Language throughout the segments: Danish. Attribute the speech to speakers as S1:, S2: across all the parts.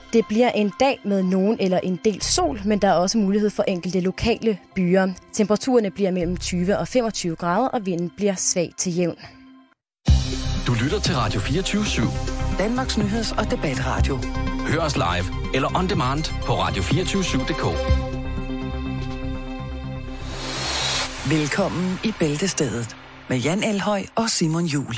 S1: Det bliver en dag med nogen eller en del sol, men der er også mulighed for enkelte lokale byer. Temperaturerne bliver mellem 20 og 25 grader, og vinden bliver svag til jævn.
S2: Du lytter til Radio 24/7.
S3: Danmarks nyheds- og debatradio.
S2: Hør os live eller on demand på radio247.dk.
S3: Velkommen i Bæltestedet med Jan Elhøj og Simon Juhl.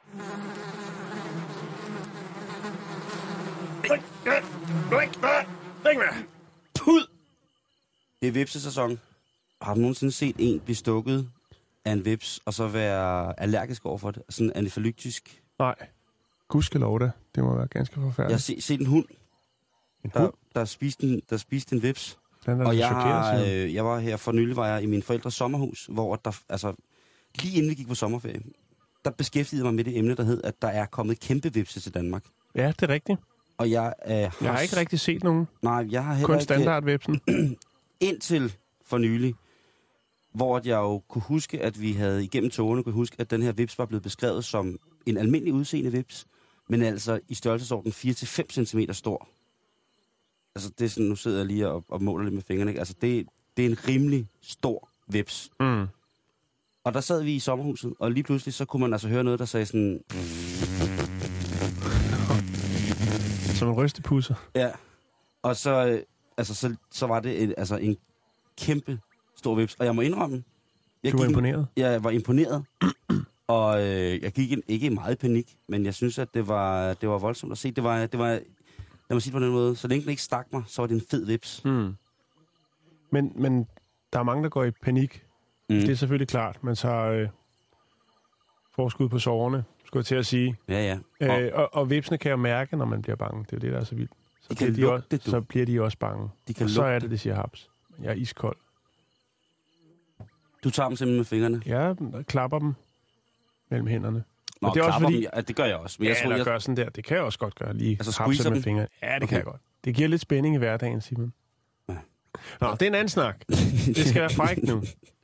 S4: Pud! Det er vipsesæson. Har du nogensinde set en blive stukket af en vips, og så være allergisk over for det? Sådan anafylaktisk?
S5: Nej. Gudskelov da. Det må være ganske forfærdeligt.
S4: Jeg har set en hund,
S5: En hund?
S4: der spiste en vips.
S5: Og
S4: jeg var her for nylig, var jeg i min forældres sommerhus, hvor der, altså, lige inden vi gik på sommerferie, der beskæftigede mig med det emne, der hed, at der er kommet kæmpe vipse til Danmark.
S5: Ja, det er rigtigt.
S4: Og jeg
S5: har ikke rigtig set nogen.
S4: Nej, jeg har heller
S5: kun
S4: ikke...
S5: standardvipsen.
S4: Indtil for nylig, hvor jeg jo kunne huske, at vi havde igennem togene, kunne huske, at den her vips var blevet beskrevet som en almindelig udseende vips, men altså i størrelsesorden 4-5 cm stor. Altså det er sådan, nu sidder jeg lige og måler lidt med fingrene, ikke? Altså det er en rimelig stor vips.
S5: Mm.
S4: Og der sad vi i sommerhuset, og lige pludselig så kunne man altså høre noget, der sagde sådan...
S5: Som en rystepusser.
S4: Ja. Og så, så var det en kæmpe stor vips. Og jeg må indrømme...
S5: Du var imponeret?
S4: Jeg var imponeret. Og jeg gik ikke meget i panik, men jeg synes, at det var voldsomt at se. Det var, lad mig sige på den måde, så længe den ikke stak mig, så var det en fed vips.
S5: Mm. Men der er mange, der går i panik. Mm. Det er selvfølgelig klart. Man tager forskud på sårene, skulle jeg til at sige.
S4: Ja.
S5: Og vipsene kan jo mærke, når man bliver bange. Det er jo det, der er så vildt. Så bliver de også bange. Og så er det siger haps. Jeg er iskold.
S4: Du tager dem simpelthen med fingrene?
S5: Jeg klapper dem mellem hænderne.
S4: Nå,
S5: det er også fordi...
S4: det gør jeg også. Men
S5: jeg tror, jeg gør sådan der. Det kan jeg også godt gøre. Lige hapse med fingrene. Ja, det kan jeg godt. Det giver lidt spænding i hverdagen, Simon. Ja. Nå, det er en anden snak. Det skal være frækt nu.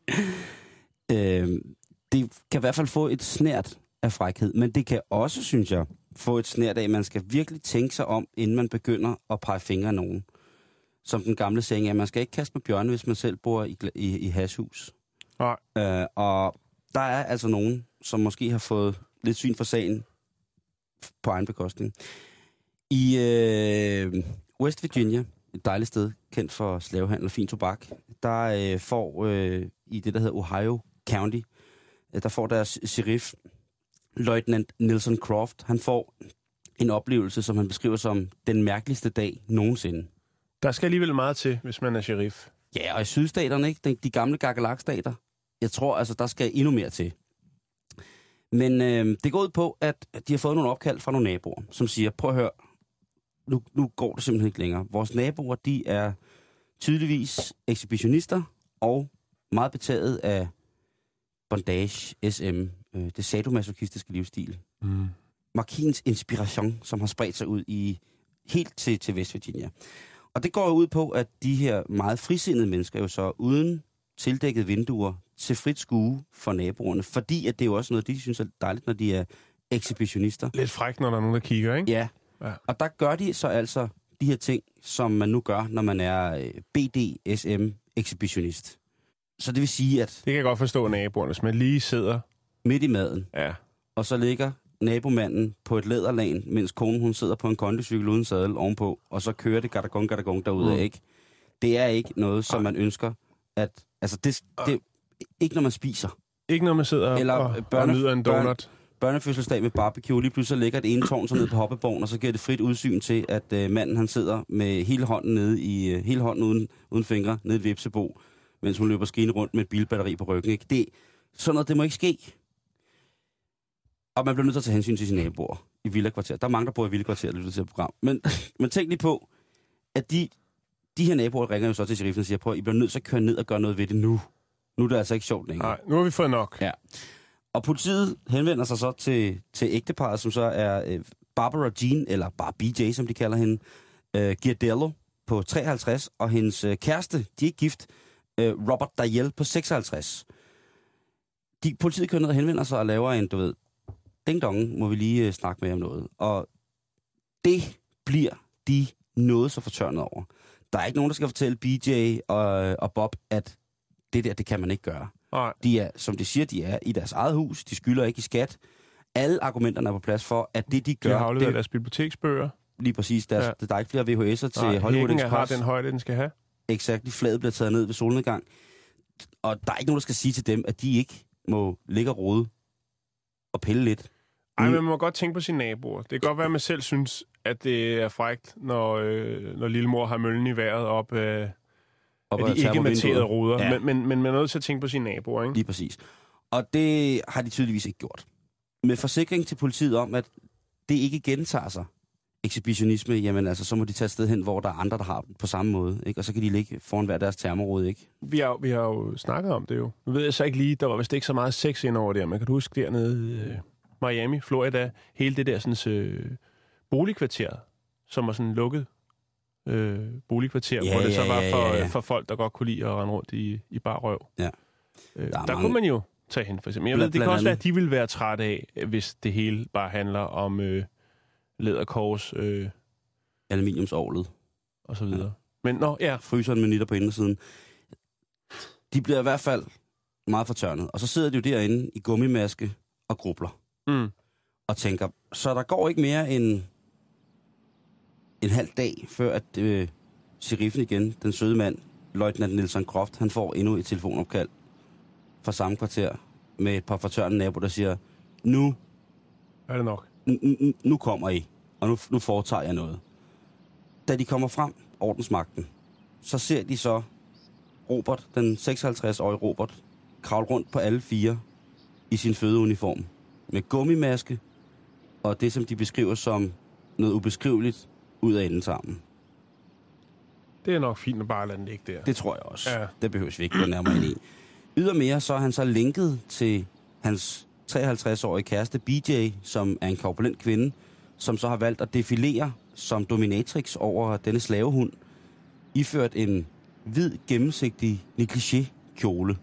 S4: Det kan i hvert fald få et snært af frækhed, men det kan også, synes jeg, få et snært af, at man skal virkelig tænke sig om, inden man begynder at pege fingre af nogen. Som den gamle saying er, man skal ikke kaste med bjørne, hvis man selv bor i hashhus.
S5: Nej.
S4: Og der er altså nogen, som måske har fået lidt syn for sagen på egen bekostning. I West Virginia, et dejligt sted, kendt for slavehandel og fin tobak, der får i det, der hedder Ohio County, der får deres sheriff, Lieutenant Nelson Croft, han får en oplevelse, som han beskriver som den mærkeligste dag nogensinde.
S5: Der skal alligevel meget til, hvis man er sheriff.
S4: Ja, og i sydstaterne, ikke? De gamle gagalak-stater, jeg tror, altså, der skal endnu mere til. Men det går ud på, at de har fået nogle opkald fra nogle naboer, som siger, prøv at høre, nu går det simpelthen ikke længere. Vores naboer, de er tydeligvis ekshibitionister og meget betaget af bondage, SM, det sadomasochistiske livsstil. Mm. Markins inspiration, som har spredt sig ud helt til West Virginia. Og det går jo ud på, at de her meget frisindede mennesker jo så uden tildækkede vinduer til frit skue for naboerne, fordi at det er jo også noget, de synes er dejligt, når de er ekshibitionister.
S5: Lidt frækt, når der er nogen, der kigger, ikke?
S4: Ja. Og der gør de så altså de her ting, som man nu gør, når man er BDSM-ekshibitionist. Så det vil sige, at...
S5: Det kan jeg godt forstå, naboerne, hvis man lige sidder...
S4: midt i maden,
S5: ja.
S4: Og så ligger nabomanden på et læderlagen, mens konen hun sidder på en kondicykel uden sadel ovenpå, og så kører det gadagong derudad, ikke? Det er ikke noget, som man ønsker, at... Altså, det ikke når man spiser.
S5: Ikke når man sidder og nyder en donut.
S4: Børnefødselsdag med barbecue, lige pludselig ligger et ene tårn så ned på hoppeborgen, og så giver det frit udsyn til, at manden han sidder med hele hånden hele hånden uden fingre nede i et vipsebo, mens hun løber skine rundt med et bilbatteri på ryggen. Ikke? Sådan noget, det må ikke ske. Og man bliver nødt til at tage hensyn til sine naboer i villakvarter. Der er mange, der bor i villakvarter og lytter til et program. Men tænk lige på, at de her naboer ringer jo så til sheriffen og siger, prøv, I bliver nødt til at køre ned og gøre noget ved det nu. Nu er det altså ikke sjovt længere.
S5: Nej, nu har vi fået nok.
S4: Ja. Og politiet henvender sig så til ægteparret, som så er Barbara Jean, eller bare BJ, som de kalder hende, Giardello på 53, og hendes kæreste, de er gift, Robert Dayel på 56. Politiet kører ned og henvender sig og laver en, ding-dong, må vi lige snakke med om noget. Og det bliver de noget så fortørnet over. Der er ikke nogen, der skal fortælle BJ og Bob, at det der, det kan man ikke gøre.
S5: Nej.
S4: De er, som de siger, de er i deres eget hus. De skylder ikke i skat. Alle argumenterne er på plads for, at det, de gør...
S5: De har afleveret deres biblioteksbøger.
S4: Lige præcis. Der er ikke flere VHS'er til Hollywood
S5: Hækken
S4: Express.
S5: har den højde, den skal have.
S4: Exakt. Flaget bliver taget ned ved solnedgang. Og der er ikke nogen, der skal sige til dem, at de ikke må ligge og rode og pille lidt.
S5: Ej, men man må godt tænke på sine naboer. Det kan godt være, at man selv synes, at det er frækt, når lillemor har møllen i vejret op af de ikke materede ruder. Ja. Men man er nødt til at tænke på sine naboer, ikke?
S4: Lige præcis. Og det har de tydeligvis ikke gjort. Med forsikring til politiet om, at det ikke gentager sig, ekshibitionisme, jamen altså, så må de tage et sted hen, hvor der er andre, der har på samme måde, ikke? Og så kan de ligge foran hver deres termorode, ikke?
S5: Vi har jo snakket om det jo. Nu ved jeg så ikke lige, der var vist ikke så meget sex ind over det, men kan du huske dernede Miami, Florida, hele det der sådan boligkvarter, som var sådan lukket boligkvarter, hvor det så var for folk, der godt kunne lide at rende rundt i bar røv.
S4: Ja.
S5: Der kunne man jo tage hen, for eksempel. Jeg ved, det kan også være, at de vil være trætte af, hvis det hele bare handler om læderkors,
S4: aluminiumsovlet
S5: og så videre. Ja. Men
S4: fryseren med nitter på indersiden. De bliver i hvert fald meget fortørnet. Og så sidder de jo derinde i gummimaske og grubler. Og tænker, så der går ikke mere end en halv dag, før at sheriffen igen, den søde mand, løjtnant Nelson Croft, han får endnu et telefonopkald fra samme kvarter med et par fortørnede naboer, der siger, nu
S5: er det nok.
S4: Nu kommer I, og nu foretager jeg noget. Da de kommer frem, ordensmagten, så ser de så Robert, den 56-årige Robert, kravle rundt på alle fire i sin fødeuniform. Med gummimaske, og det, som de beskriver som noget ubeskriveligt, ud af endetarmen.
S5: Det er nok fint at bare lade den ligge der.
S4: Det tror jeg også. Ja. Det behøves vi ikke gå nærmere ind i. Ydermere så er han så linket til hans 53-årige kæreste BJ, som er en korpulent kvinde, som så har valgt at defilere som dominatrix over denne slavehund, iført en hvid, gennemsigtig negligé-kjole.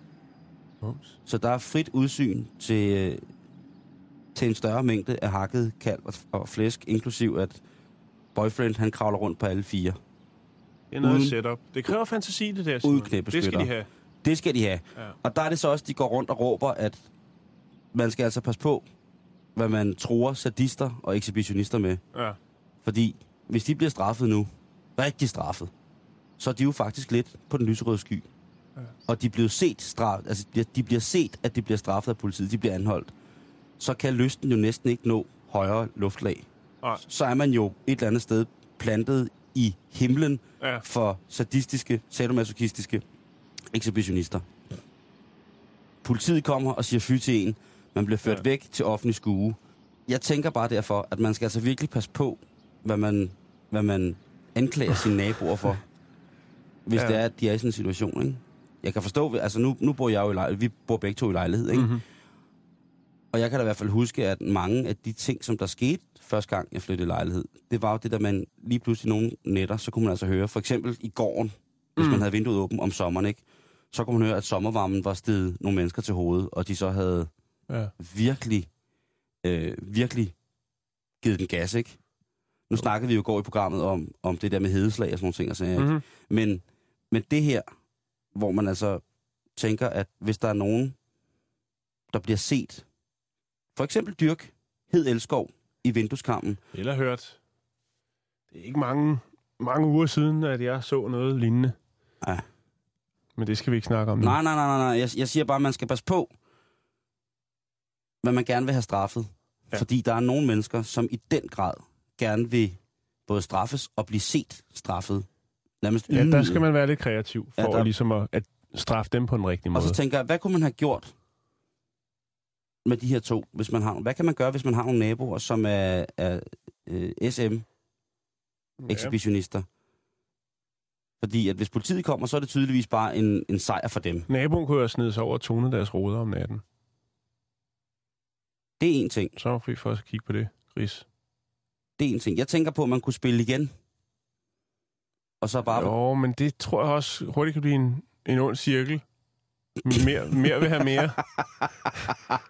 S4: Så der er frit udsyn til en større mængde af hakket kalv og flæsk, inklusiv at boyfriend, han kravler rundt på alle fire.
S5: Det er noget setup. Det kræver fantasi, det der.
S4: Uden knæbeskytter.
S5: Det skal de have.
S4: Det skal de have.
S5: Ja.
S4: Og der er det så også, de går rundt og råber, at man skal altså passe på, hvad man tror sadister og ekshibitionister med.
S5: Ja.
S4: Fordi hvis de bliver straffet nu, rigtig straffet, så er de jo faktisk lidt på den lyserøde sky. Ja. Og de bliver set de bliver set, at de bliver straffet af politiet, de bliver anholdt. Så kan lysten jo næsten ikke nå højere luftlag.
S5: Ja.
S4: Så er man jo et eller andet sted plantet i himlen for sadistiske, sadomasochistiske ekshibitionister. Politiet kommer og siger fy til en. Man bliver ført væk til offentlig skue. Jeg tænker bare derfor, at man skal altså virkelig passe på, hvad man anklager sine naboer for, hvis det er, at de er i sådan en situation, ikke? Jeg kan forstå, altså nu bor jeg jo i lejlighed. Vi bor begge to i lejlighed, ikke? Mm-hmm. Og jeg kan da i hvert fald huske, at mange af de ting, som der skete første gang, jeg flyttede i lejlighed, det var jo det, der man lige pludselig nogle nætter, så kunne man altså høre, for eksempel i gården, hvis man havde vinduet åbent om sommeren, ikke? Så kunne man høre, at sommervarmen var steget nogle mennesker til hovedet, og de så havde virkelig givet den gas, ikke? Nu snakkede vi jo i går i programmet om det der med hedeslag og sådan nogle ting, og sådan, men det her, hvor man altså tænker, at hvis der er nogen, der bliver set, for eksempel dyrk hed elskov i vindueskarmen.
S5: Eller hørt. Det er ikke mange uger siden, at jeg så noget lignende.
S4: Ja.
S5: Men det skal vi ikke snakke om nu.
S4: Nej. Jeg siger bare, at man skal passe på, hvad man gerne vil have straffet. Ja. Fordi der er nogle mennesker, som i den grad gerne vil både straffes og blive set straffet.
S5: Ja, der skal man være lidt kreativ for ligesom at straffe dem på den rigtige måde.
S4: Og så tænker jeg, hvad kunne man have gjort med de her to, hvis man har? Hvad kan man gøre, hvis man har nogle naboer, som er SM-ekshibitionister? Fordi at hvis politiet kommer, så er det tydeligvis bare en sejr for dem.
S5: Naboen kunne jo snide sig over og tone deres ruder om natten.
S4: Det er en ting.
S5: Så er fri for at kigge på det, Chris.
S4: Det er en ting. Jeg tænker på, at man kunne spille igen. Og så bare...
S5: Jo, men det tror jeg også hurtigt kan blive en ond cirkel. Mere vil have mere.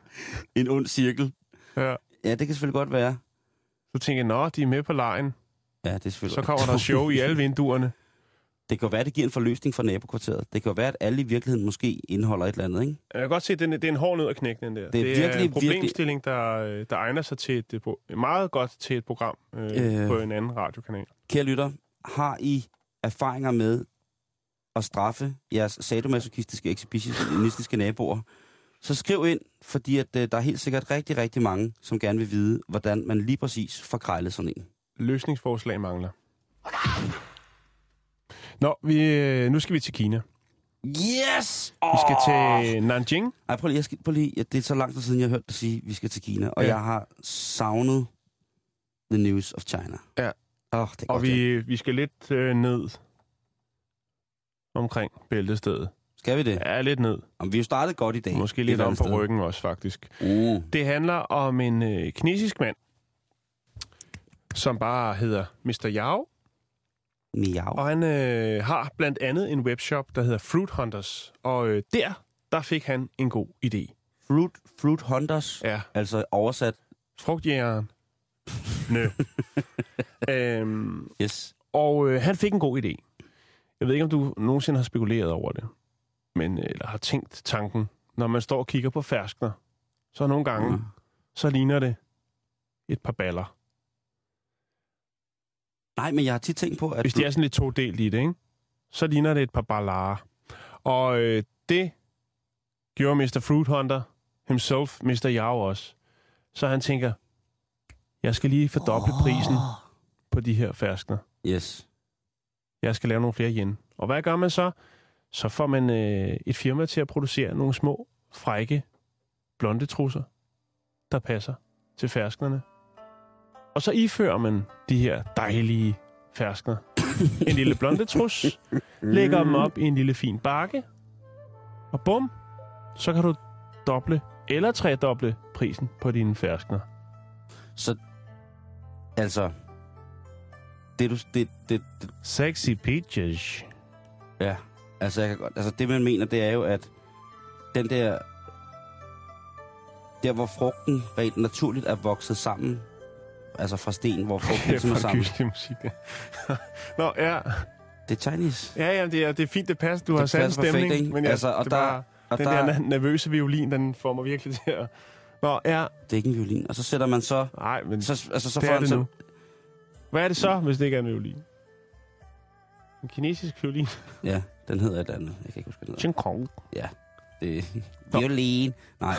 S4: En ond cirkel.
S5: Ja.
S4: Ja, det kan selvfølgelig godt være.
S5: Så tænker jeg, de er med på lejen.
S4: Ja, det er selvfølgelig.
S5: Så kommer der show i alle vinduerne.
S4: Det kan jo være, at det giver en forløsning for nabokvarteret. Det kan jo være, at alle i virkeligheden måske indeholder et eller andet, ikke?
S5: Jeg kan godt se, at det er en hård nød at knække, den der. Det er en problemstilling, der egner sig til meget godt til et program på en anden radiokanal.
S4: Kære lytter, har I erfaringer med at straffe jeres sadomasochistiske, ekshibitionistiske naboer, så skriv ind, fordi at, der er helt sikkert rigtig, rigtig mange, som gerne vil vide, hvordan man lige præcis får krejlet sådan en.
S5: Løsningsforslag mangler. Nå, nu skal vi til Kina.
S4: Yes!
S5: Vi skal til Nanjing.
S4: Ej, prøv lige. Det er så lang tid siden, jeg har hørt dig sige, at vi skal til Kina. Og jeg har savnet the news of China.
S5: Ja.
S4: Det er
S5: og
S4: godt,
S5: vi skal lidt ned omkring bæltestedet.
S4: Skal vi det?
S5: Ja, lidt ned.
S4: Jamen, vi er jo startet godt i dag.
S5: Måske lidt om på ryggen også, faktisk. Det handler om en kinesisk mand, som bare hedder Mr. Yao.
S4: Miao.
S5: Og han har blandt andet en webshop, der hedder Fruit Hunters. Og der fik han en god idé.
S4: Fruit Hunters?
S5: Ja.
S4: Altså oversat?
S5: Frugtjægeren. Nø.
S4: Yes.
S5: Og han fik en god idé. Jeg ved ikke, om du nogensinde har spekuleret over det. Eller har tænkt tanken, når man står og kigger på ferskner, så nogle gange, så ligner det et par baller.
S4: Nej, men jeg har tit tænkt på, at...
S5: Hvis de er sådan lidt todelt i det, ikke? Så ligner det et par ballarer. Og det gjorde Mr. Fruit Hunter himself, Mr. Yao også. Så han tænker, jeg skal lige fordoble prisen på de her ferskner.
S4: Yes.
S5: Jeg skal lave nogle flere yen. Og hvad gør man så? Så får man et firma til at producere nogle små, frække, blonde trusser, der passer til fersknerne. Og så ifører man de her dejlige ferskner en lille blondetrus, lægger dem op i en lille fin bakke, og bum, så kan du doble eller tredoble prisen på dine ferskner.
S4: Så, altså, det
S5: Sexy peaches.
S4: Ja, altså, jeg kan godt, altså det man mener, det er jo, at den der hvor frugten rent naturligt er vokset sammen, altså fra sten, hvor frugten ligesom er sammen.
S5: Det er musik, ja. Nå, ja.
S4: Det er Chinese.
S5: Ja, det er fint, det passer. Du har sat en stemning.
S4: Perfekt,
S5: men
S4: altså, og
S5: der nervøse violin, den får mig virkelig til at... Nå, ja.
S4: Det er ikke en violin. Og så sætter man så...
S5: Nej, men
S4: så
S5: det er det nu. Hvad er det så, hvis det ikke er en violin? En kinesisk violin?
S4: Ja, den hedder et andet. Jeg kan ikke huske, den hedder.
S5: Kong.
S4: Ja, det er violin. Nej.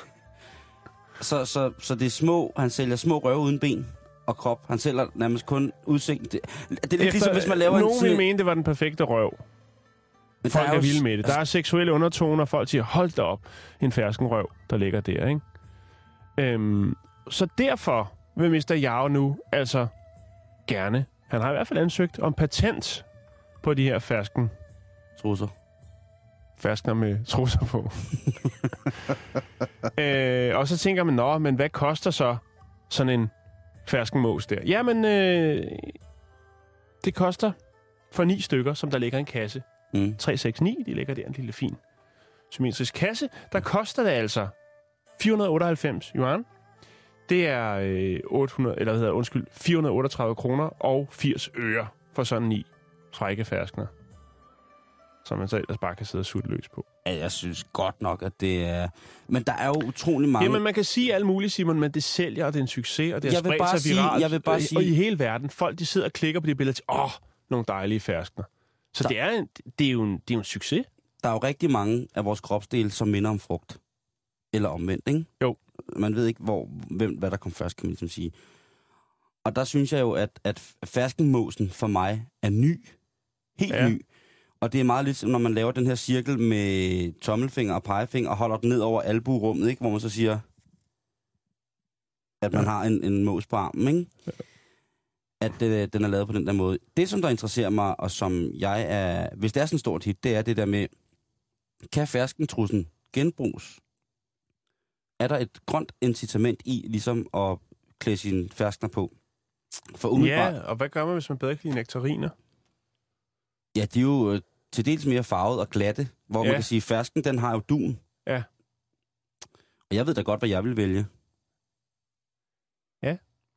S4: Så det er små... Han sælger små røve uden ben og krop. Han sælger nærmest kun udsigt. Det er lidt ligesom, hvis man laver
S5: nogen vil mene, det var den perfekte røv. Men folk er vilde med det. Der er seksuelle undertoner, og folk siger, hold da op, en ferskenrøv, der ligger der, ikke? Så derfor vil Mr. Yao nu altså gerne, han har i hvert fald ansøgt om patent på de her fersken.
S4: Trusser.
S5: Ferskner med trusser på. Og så tænker man, men hvad koster så sådan en ferskenmås der? Jamen, det koster for 9 stykker, som der ligger en kasse. 369, de ligger der, en lille fin symmetrisk kasse. Der koster det altså 498 yuan. Det er 438 kroner og 80 øre for sådan 9 frække ferskner, som man så ellers bare kan sidde og sutte løs på.
S4: Ja, jeg synes godt nok, at det er... Men der er jo utrolig mange...
S5: Jamen, man kan sige alt muligt, Simon, men det sælger, og det er en succes, og det har spredt sig viralt.
S4: Jeg vil bare sige...
S5: Og i hele verden, folk de sidder og klikker på de billeder til, nogle dejlige ferskner. Så det er jo en succes. Der
S4: er jo rigtig mange af vores kropsdele, som minder om frugt. Eller omvendt, ikke?
S5: Jo.
S4: Man ved ikke, hvad der kom først, kan man ligesom sige. Og der synes jeg jo, at ferskenmåsen for mig er ny. Helt ny. Og det er meget lidt, når man laver den her cirkel med tommelfinger og pegefinger, og holder den ned over albuerummet, ikke? Hvor man så siger, at man har en mås på armen, ikke? Ja. At den er lavet på den der måde. Det, som der interesserer mig, og som jeg er... Hvis det er sådan et stort hit, det er det der med, kan ferskentrussen genbruges? Er der et grønt incitament i, ligesom at klæde sine ferskner på? For umiddelbart...
S5: Ja, og hvad gør man, hvis man bedre kan lide nektariner?
S4: Ja, de er jo til dels mere farvet og glatte, hvor man kan sige, at fersken, den har jo dun.
S5: Ja.
S4: Og jeg ved da godt, hvad jeg vil vælge.
S5: Ja.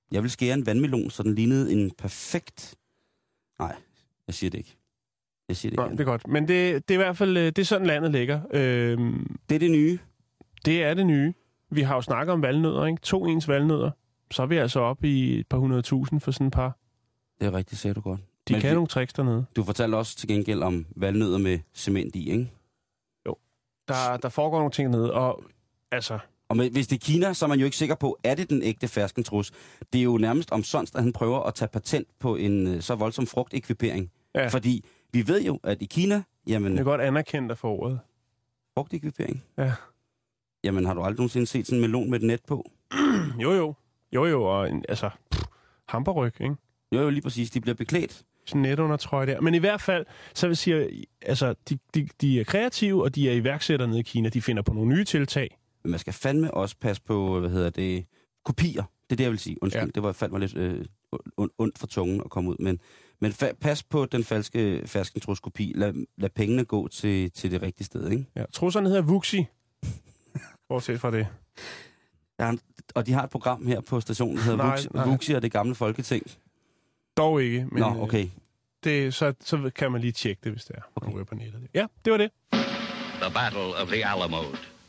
S4: Jeg vil skære en vandmelon, så den lignede en perfekt... Nej, jeg siger det ikke.
S5: Nej, det er godt. Men det er i hvert fald det er sådan, landet ligger.
S4: Det er det nye.
S5: Det er det nye. Vi har jo snakket om valnødder, ikke? 2 ens valnødder. Så er vi altså oppe i et par 100.000 for sådan et par.
S4: Det er rigtigt, sagde du godt.
S5: De kan nogle tricks dernede.
S4: Du fortalte også til gengæld om valnødder med cement i, ikke?
S5: Jo. Der foregår nogle ting dernede, og altså...
S4: Og hvis det er Kina, så er man jo ikke sikker på, er det den ægte ferskentrus. Det er jo nærmest omsonst, at han prøver at tage patent på en så voldsom frugtekvipering. Ja. Fordi vi ved jo, at i Kina... Jamen,
S5: det er godt anerkendt for ordet.
S4: Frugtekvipering?
S5: Ja.
S4: Jamen, har du aldrig nogensinde set sådan en melon med et net på?
S5: Jo, og hamperryg, ikke?
S4: Jo, lige præcis. De bliver beklædt.
S5: Sådan net under trøje der. Men i hvert fald, så vil jeg sige, altså, de er kreative, og de er iværksættere nede i Kina. De finder på nogle nye tiltag.
S4: Men man skal fandme også passe på, kopier. Det er det, jeg vil sige. Undskyld, ja. Det var faldt mig lidt ondt for tungen at komme ud. Men pas på den falske ferskentrus-kopi. Lad pengene gå til det rigtige sted, ikke?
S5: Ja, trusserne hedder Vuxi. Bortset fra det.
S4: Ja, og de har et program her på stationen, der hedder Vuxi og det gamle Folketing.
S5: Dog ikke, men
S4: nå, okay.
S5: Så kan man lige tjekke det, hvis det er. Okay. På nettet. Ja, det var det.
S2: The Battle of the Alamo.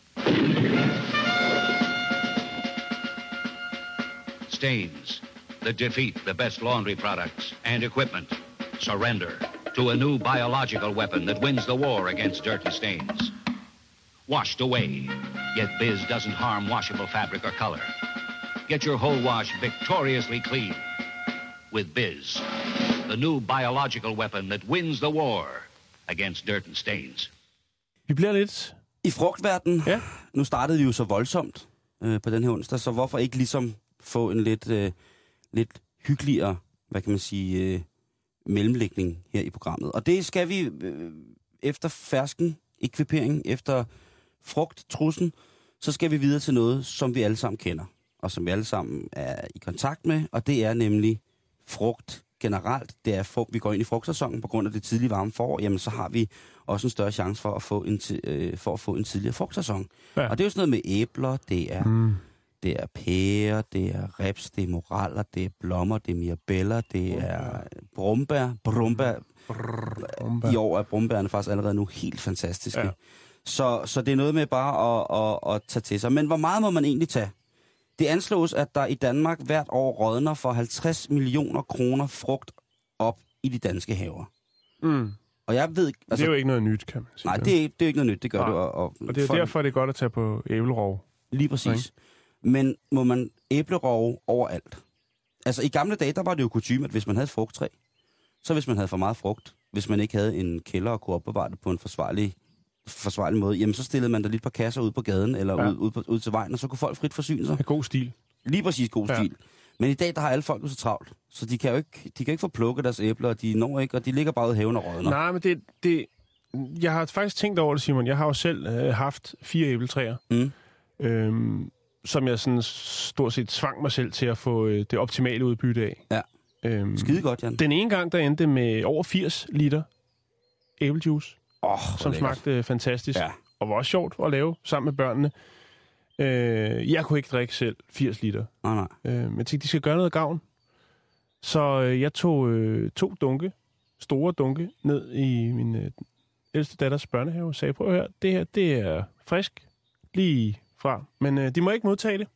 S2: Stains that defeat the best laundry products and equipment surrender to a new biological weapon that wins the war against dirty stains. Washed away, yet Biz doesn't harm washable fabric or color. Get your whole wash victoriously clean with Biz, the new biological weapon that wins the war against dirt and stains.
S5: Vi bliver lidt...
S4: I frugtverdenen,
S5: ja.
S4: Nu startede vi jo så voldsomt på den her onsdag, så hvorfor ikke ligesom få en lidt hyggeligere, hvad kan man sige, mellemlægning her i programmet. Og det skal vi efter fersken ekvipering, efter frugttrussen, så skal vi videre til noget, som vi alle sammen kender, og som vi alle sammen er i kontakt med, og det er nemlig frugt generelt. Det er frugt, vi går ind i frugtsæsonen på grund af det tidlige varme forår, jamen så har vi også en større chance for at få en tidligere frugtsæson. Ja. Og det er jo sådan noget med æbler, det er pærer, det er reps, det er moraller, det er blommer, det er mirabella, det er brumbær. I år er brumbærene faktisk allerede nu helt fantastiske. Ja. Så det er noget med bare at tage til sig. Men hvor meget må man egentlig tage? Det anslås, at der i Danmark hvert år rådner for 50 millioner kroner frugt op i de danske haver.
S5: Mm.
S4: Og jeg ved... Altså,
S5: det er jo ikke noget nyt, kan man sige.
S4: Nej, det er jo ikke noget nyt, det gør det.
S5: Og det er derfor, det er godt at tage på æblerov.
S4: Lige præcis. Okay. Men må man æblerov overalt? Altså i gamle dage, der var det jo kutyme, at hvis man havde et frugttræ, så hvis man havde for meget frugt, hvis man ikke havde en kælder og kunne opbevare det på en forsvarlig måde, jamen så stillede man der lidt par kasser ud på gaden, eller ud til vejen, og så kunne folk frit forsyne sig.
S5: God stil.
S4: Lige præcis god stil. Men i dag, der har alle folk jo så travlt, så de kan jo ikke få plukket deres æbler, og de når ikke, og de ligger bare ude i haven og rådner.
S5: Nej, men jeg har faktisk tænkt over det, Simon. Jeg har jo selv haft 4 æbletræer, som jeg sådan stort set tvang mig selv til at få det optimale udbytte af.
S4: Ja. Skide godt, Jan.
S5: Den ene gang, der endte med over 80 liter æblejuice, som smagte fantastisk, og var også sjovt at lave sammen med børnene. Jeg kunne ikke drikke selv 80 liter.
S4: Nej.
S5: Men jeg tænkte, de skal gøre noget gavn. Så jeg tog 2 store dunke, ned i min ældste datters børnehave og sagde, prøv at høre, det her, det er frisk lige fra. Men de må ikke modtage det.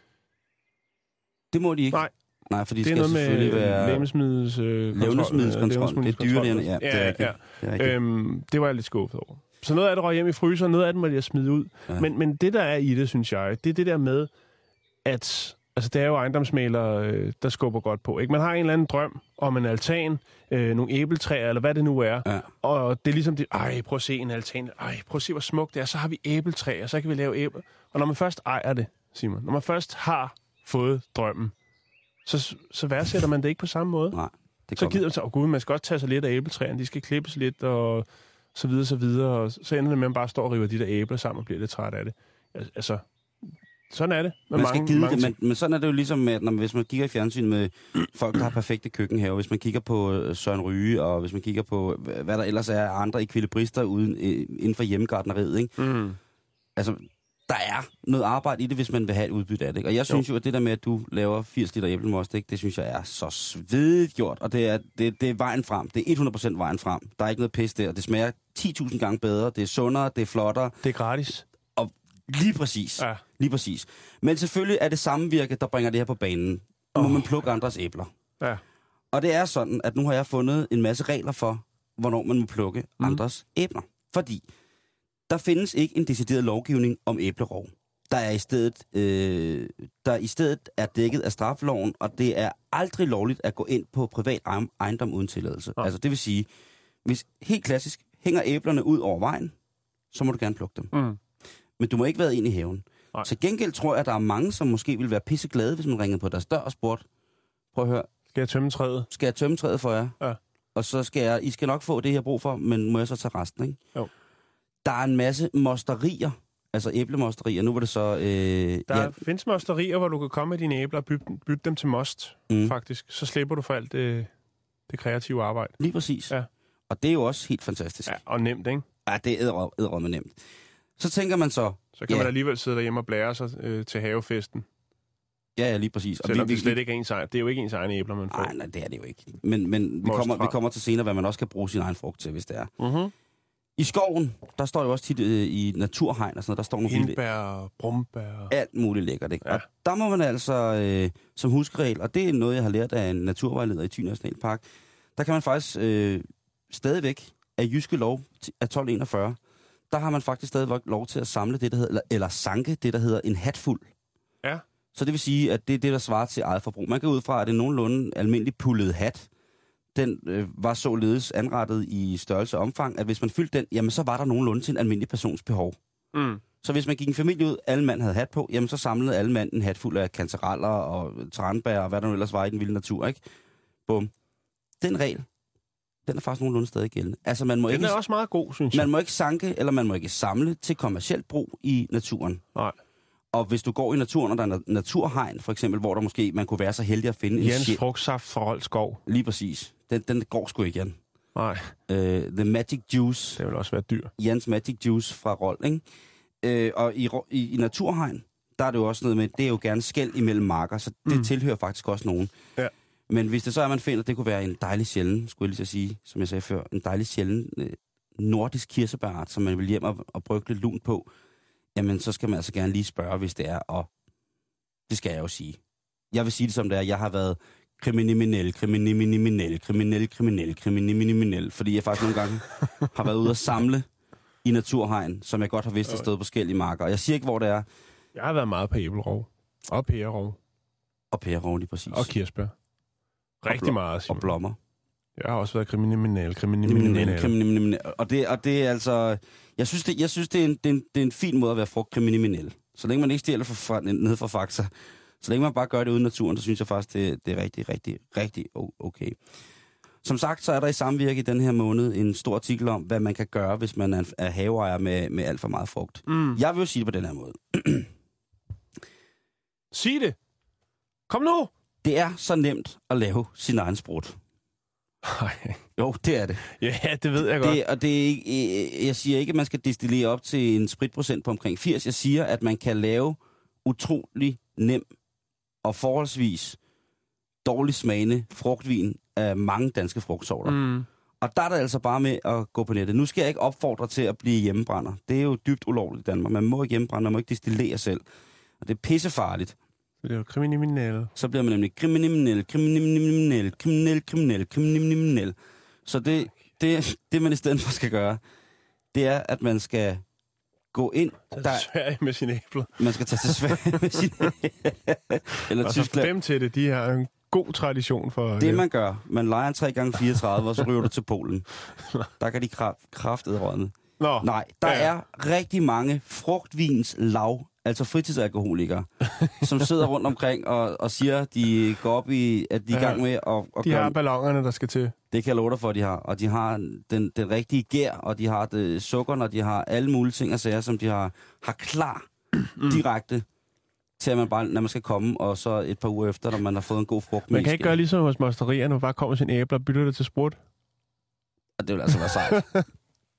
S4: Det må de ikke? Nej, for de skal selvfølgelig være... Levnedsmiddelskontrol. Det er dyrlægerne, ja. Det er
S5: det var jeg lidt skuffet over. Så noget af det røg hjem i fryseren, noget af det må jeg smide ud. Ja. Men det, der er i det, synes jeg, det er det der med, at altså, det er jo ejendomsmælere, der skubber godt på. Ikke? Man har en eller anden drøm om en altan, nogle æbletræer, eller hvad det nu er. Ja. Og det er ligesom det, prøv at se en altan, prøv at se, hvor smukt det er, så har vi æbletræer, så kan vi lave æbler. Og når man først ejer det, Simon, når man først har fået drømmen, så værdsætter man det ikke på samme måde.
S4: Nej,
S5: så gider man sig, man skal godt tage sig lidt af æbletræerne, de skal klippes lidt, og så videre, og så ender det med, at man bare står og river de der æbler sammen og bliver lidt træt af det. Altså, sådan er det.
S4: Man skal gide det, men sådan er det jo ligesom, at hvis man kigger i fjernsyn med folk, der har perfekte køkkenhaver, hvis man kigger på Søren Ryge, og hvis man kigger på, hvad der ellers er andre ekvilibrister inden for hjemmegartneriet, ikke? Altså, der er noget arbejde i det, hvis man vil have et udbytte af det. Og jeg synes jo, at det der med, at du laver 80 liter æblemost, det synes jeg er så svedigt gjort. Og det er vejen frem. Det er 100% vejen frem. Der er ikke noget pis der. Det smager 10.000 gange bedre. Det er sundere, det er flottere.
S5: Det er gratis.
S4: Og lige præcis. Ja. Lige præcis. Men selvfølgelig er det samvirke, der bringer det her på banen. Må man plukke andres æbler. Ja. Og det er sådan, at nu har jeg fundet en masse regler for, hvornår man må plukke andres æbler. Fordi der findes ikke en decideret lovgivning om æblerov. Der i stedet er dækket af straffeloven, og det er aldrig lovligt at gå ind på privat ejendom uden tilladelse. Ja. Altså det vil sige, hvis helt klassisk hænger æblerne ud over vejen, så må du gerne plukke dem. Men du må ikke være ind i haven. Nej. Til gengæld tror jeg, at der er mange, som måske vil være pisseglade, hvis man ringede på deres dør og spurgte, prøv at høre.
S5: Skal jeg tømme træet?
S4: Skal jeg tømme træet for jer? Ja. Og så skal I skal nok få det, jeg har brug for, men må jeg så tage resten, ikke? Jo. Der er en masse mosterier, altså æblemosterier. Nu var det så...
S5: findes mosterier, hvor du kan komme med dine æbler og bytte dem til most, faktisk. Så slipper du for alt det kreative arbejde.
S4: Lige præcis. Ja. Og det er jo også helt fantastisk.
S5: Ja, og nemt, ikke?
S4: Ja, det er edderrømme nemt. Så tænker man så...
S5: Så kan man alligevel sidde derhjemme og blære sig til havefesten.
S4: Ja, lige præcis. Og
S5: selvom det slet ikke er ens egen. Det er jo ikke ens egen æbler, man får.
S4: Nej, det er det jo ikke. Men vi kommer til senere, hvad man også kan bruge sin egen frugt til, hvis det er. I skoven, der står jo også tit i naturhegn og sådan noget, der står nogle
S5: hindbær, brumbær.
S4: Alt muligt lækkert, ikke? Ja. Og der må man altså som huskeregel, og det er noget, jeg har lært af en naturvejleder i Thy Nationalpark, der kan man faktisk stadigvæk af Jyske Lov af 1241, der har man faktisk stadigvæk lov til at samle det, der hedder, eller sanke det, der hedder en hatfuld. Ja. Så det vil sige, at det er det, der svarer til eget forbrug. Man kan ud fra, at det er nogenlunde almindelig pullet hat. Den var således anrettet i størrelse og omfang, at hvis man fyldte den, jamen så var der nogenlunde til en almindelig persons behov. Så hvis man gik en familie ud, alle mand havde hat på, jamen så samlede alle mand en hat fuld af kantereller og tranbær og hvad der nu ellers var i den vilde natur, ikke? Bum. Den regel, den er faktisk nogenlunde stadig gældende. Altså man må
S5: den
S4: ikke,
S5: er også meget god, synes jeg.
S4: Man må ikke sanke, eller man må ikke samle til kommercielt brug i naturen. Nej. Og hvis du går i naturen, og der er naturhegn, for eksempel, hvor der måske man kunne være så heldig at finde
S5: Jens frugtsaft fra Rold Skov.
S4: Lige præcis. Den går sgu ikke igen.
S5: Nej.
S4: The Magic Juice.
S5: Det vil også være dyr.
S4: Jens Magic Juice fra Rold, ikke? Og i naturhegn, der er det jo også noget med, det er jo gerne skel imellem marker, så det tilhører faktisk også nogen. Ja. Men hvis det så er, man finder, det kunne være en dejlig sjælden, skulle jeg lige så sige, som jeg sagde før, en dejlig sjælden nordisk kirsebærart, som man vil hjem og brygge lidt lunt på, jamen så skal man altså gerne lige spørge, hvis det er, og det skal jeg jo sige. Jeg vil sige det som det er, jeg har været kriminel, fordi jeg faktisk nogle gange har været ude at samle i naturhegn, som jeg godt har vidst at stå på forskellige marker. Og jeg siger ikke, hvor det er.
S5: Jeg har været meget på æblerov. Og pærerov.
S4: Og pærerov, lige præcis.
S5: Og kirsebær. Rigtig meget,
S4: og blommer.
S5: Jeg har også været kriminel.
S4: Og det er altså... Jeg synes, det er en fin måde at være frugtkriminel. Så længe man ikke stjæler ned fra Fakta, så længe man bare gør det uden naturen, så synes jeg faktisk, det er rigtig, rigtig, rigtig okay. Som sagt, så er der i Samvirke i den her måned en stor artikel om, hvad man kan gøre, hvis man er haveejer med alt for meget frugt. Jeg vil jo sige det på den her måde.
S5: Sig det! Kom nu!
S4: Det er så nemt at lave sin egen sprut. Jo, det er det.
S5: Ja, det ved jeg godt.
S4: Jeg siger ikke, at man skal destillere op til en spritprocent på omkring 80. Jeg siger, at man kan lave utrolig nem og forholdsvis dårligt smagende frugtvin af mange danske frugtsorter. Og der er det altså bare med at gå på nettet. Nu skal jeg ikke opfordre til at blive hjemmebrænder. Det er jo dybt ulovligt i Danmark. Man må ikke hjemmebrænder, man må ikke destillere selv. Og det er pissefarligt.
S5: Det er jo kriminel.
S4: Så bliver man nemlig kriminel. Så det man i stedet for skal gøre, det er, at man skal gå ind...
S5: Tage til Sverige med sine æbler.
S4: Man skal tage til Sverige med sine eller
S5: og
S4: Tyskland.
S5: Så dem til det, de har en god tradition for...
S4: Det man gør, man leger en 3x34, og så ryger du til Polen. Der kan de kraftedrådne. Nej, der er rigtig mange frugtvinslav, altså fritidsalkoholikere, som sidder rundt omkring og siger, de går op i, at de er i gang med at
S5: de har ballonerne, der skal til.
S4: Det kan jeg love dig for, de har. Og de har den rigtige gær, og de har det sukker, og de har alle mulige ting og sager, som de har klar direkte til, at man bare, når man skal komme, og så et par uger efter, når man har fået en god frugt.
S5: Man kan ikke gøre ligesom hos mosterierne, hvor man bare kommer sin æbler og bytter det til sprut.
S4: Og det vil altså være sejt.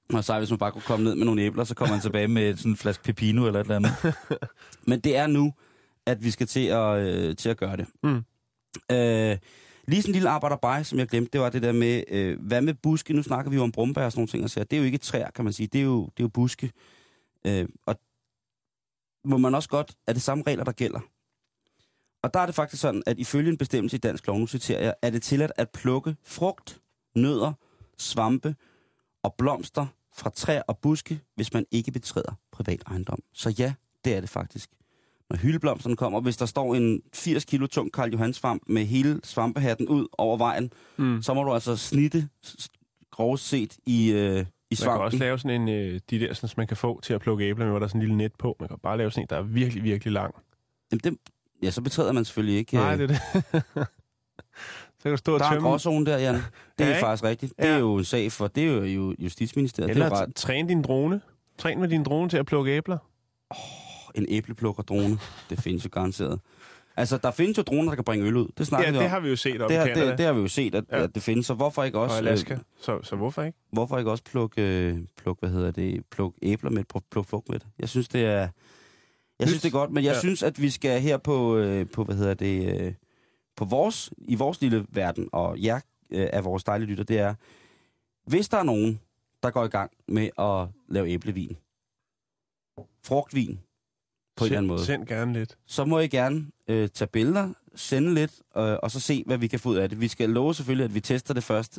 S4: Og så hvis man bare kunne komme ned med nogle æbler, så kommer man tilbage med sådan en flaske pepino eller et eller andet. Men det er nu, at vi skal til at gøre det. Lige sådan en lille arbejderbej, som jeg glemte, det var det der med, hvad med buske? Nu snakker vi jo om brumbær og sådan nogle ting, og så det er jo ikke træer, kan man sige. Det er jo buske. Og må man også godt, er det samme regler, der gælder. Og der er det faktisk sådan, at ifølge en bestemmelse i dansk lov, nu citerer jeg, er det tilladt at plukke frugt, nødder, svampe og blomster fra træer og buske, hvis man ikke betræder privat ejendom. Så ja, det er det faktisk. Når hyldeblomsterne kommer, hvis der står en 80 kilo tung Karl Johan svamp med hele svampehatten ud over vejen, så må du altså snitte grovest set i svampen.
S5: Man kan også lave sådan en, de der, sådan, man kan få til at plukke æbler med, hvor der er sådan en lille net på. Man kan bare lave sådan en, der er virkelig, virkelig lang.
S4: Jamen så betræder man selvfølgelig ikke.
S5: Nej, det er det. Så kan du stå og tømme.
S4: Der er en gråzone der, Jan. Det er faktisk rigtigt. Det er jo en sag for, det er jo Justitsministeriet.
S5: Eller
S4: det er bare...
S5: træn din drone. Træn med din drone til at plukke æbler.
S4: En æbleplukker-drone. Det findes jo garanteret. Altså, der findes jo droner, der kan bringe øl ud. Det snakker vi om.
S5: Det har vi jo set op i Canada.
S4: Det har vi jo set, at det findes. Så hvorfor ikke også...
S5: Og Alaska. Så hvorfor ikke?
S4: Hvorfor ikke også plukke æbler med, plukke frugt med det? Jeg synes, det er... Jeg synes, det er godt, men jeg synes, at vi skal her i vores lille verden, og jer af vores dejlige lytter, det er, hvis der er nogen, der går i gang med at lave æblevin, frugtvin, på en eller anden måde.
S5: Send gerne lidt.
S4: Så må I gerne tage billeder, sende lidt, og så se, hvad vi kan få ud af det. Vi skal love selvfølgelig, at vi tester det først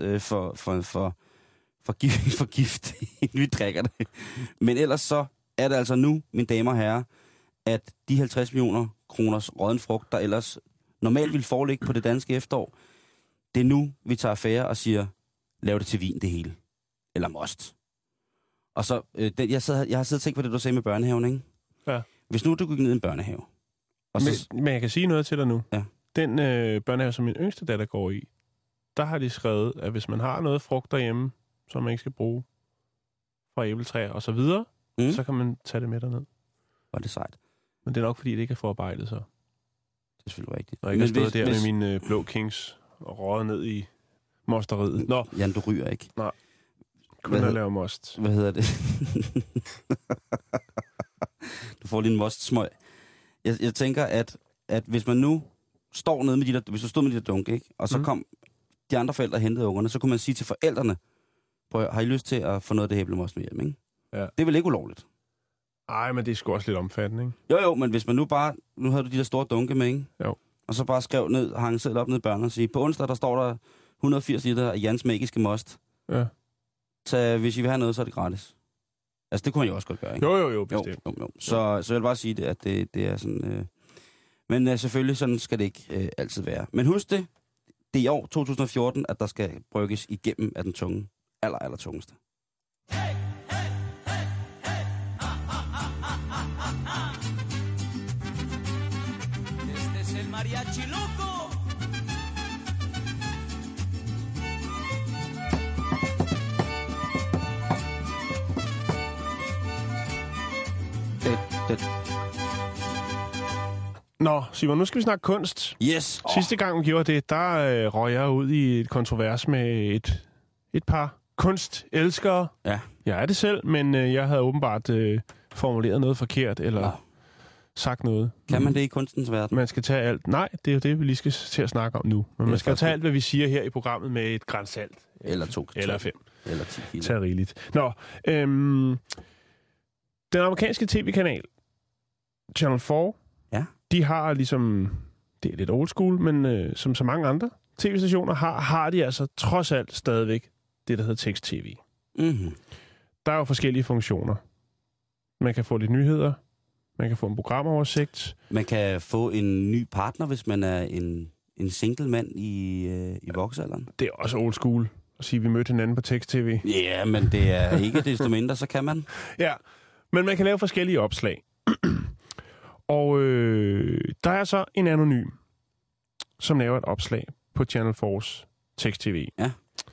S4: for gift, inden vi drikker det. Men ellers så er det altså nu, mine damer og herrer, at de 50 millioner kroners rådden frugt, der ellers normalt vil foreligge på det danske efterår, det er nu, vi tager affære og siger, lav det til vin det hele. Eller most. Og så, jeg har siddet og tænkt på det, du sagde med børnehaven, ikke?
S5: Ja.
S4: Hvis nu du gik ned i en børnehave. Og
S5: men jeg kan sige noget til dig nu.
S4: Ja.
S5: Den børnehave, som min yngste datter går i, der har de skrevet, at hvis man har noget frugt derhjemme, som man ikke skal bruge fra æbletræer og så videre, så kan man tage det med derned.
S4: Var det sejt.
S5: Men det er nok, fordi det ikke er forarbejdet så.
S4: Det er selvfølgelig rigtigt.
S5: Og jeg har stået der med mine blå kings og røget ned i mosteriet. Nå.
S4: Jan, du ryger ikke.
S5: Nej. Kun at lave most.
S4: Hvad hedder det? Du får lige en most-smøg. Jeg tænker, at hvis man nu står nede med de der, hvis du stod med de der dunk, ikke? Og så kom de andre forældre og hentede ungerne, så kunne man sige til forældrene, har I lyst til at få noget af det hæblemost med hjem, ikke? Ja. Det er vel ikke ulovligt?
S5: Ej, men det er sgu også lidt omfattende, ikke?
S4: Jo, men hvis man nu havde du de der store dunke med, ikke?
S5: Jo.
S4: Og så bare skrev ned, hang selv op ned i børnene og sige, på onsdag, der står der 180 liter af Jans magiske most. Ja. Så hvis I vil have noget, så er det gratis. Altså, det kunne man jo også godt gøre, ikke?
S5: Jo, bestemt.
S4: Jo. Så jeg vil bare sige det, at det er sådan... Men selvfølgelig, sådan skal det ikke altid være. Men husk det, det er i år 2014, at der skal brygges igennem af den tunge, aller tungeste. Hey! Este es el mariachi loco.
S5: Nå, Simon, nu skal vi snakke kunst.
S4: Yes.
S5: Sidste gang vi gjorde det, der røg jeg ud i et kontrovers med et par kunstelskere.
S4: Ja.
S5: Jeg er det selv, men jeg havde åbenbart formuleret noget forkert, eller sagt noget.
S4: Kan man det i kunstens verden?
S5: Man skal tage alt. Nej, det er jo det, vi lige skal til at snakke om nu. Men man skal tage alt, hvad vi siger her i programmet med et gran salt.
S4: Eller 2.
S5: Eller 5.
S4: Eller 10 kilo.
S5: Tag rigeligt. Nå, den amerikanske tv-kanal, Channel 4, de har ligesom, det er lidt old school, men som så mange andre tv-stationer har de altså trods alt stadigvæk det, der hedder tekst-tv.
S4: Mm-hmm.
S5: Der er jo forskellige funktioner. Man kan få lidt nyheder, man kan få en programoversigt.
S4: Man kan få en ny partner, hvis man er en single mand i voksalderen.
S5: Det er også old school at sige, at vi mødte hinanden på tekst-tv.
S4: Ja, men det er ikke desto mindre, så kan man.
S5: Ja, men man kan lave forskellige opslag. Og der er så en anonym, som laver et opslag på Channel 4's tekst-tv.
S4: Ja.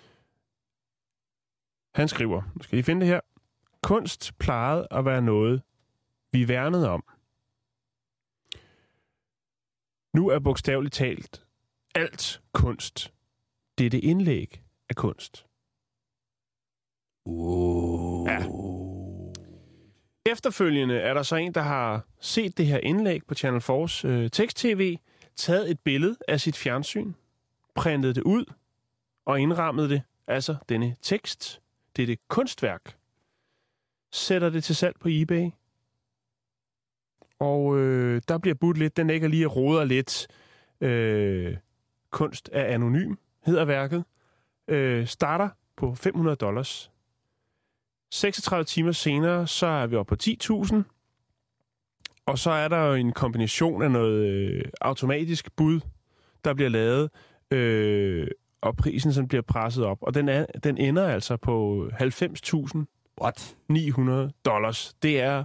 S5: Han skriver, nu skal I finde det her. Kunst plejede at være noget, vi værnede om. Nu er bogstaveligt talt alt kunst. Dette indlæg er kunst.
S4: Wow.
S5: Ja. Efterfølgende er der så en, der har set det her indlæg på Channel 4's tekst-tv, taget et billede af sit fjernsyn, printet det ud og indrammet det, altså denne tekst, dette kunstværk, sætter det til salg på eBay. Og der bliver budt lidt, den ligger lige og roder lidt. Kunst er anonym, hedder værket. Starter på $500. 36 timer senere, så er vi oppe på 10.000. Og så er der jo en kombination af noget automatisk bud, der bliver lavet, og prisen sådan bliver presset op. Og den ender altså på $90.900. Det er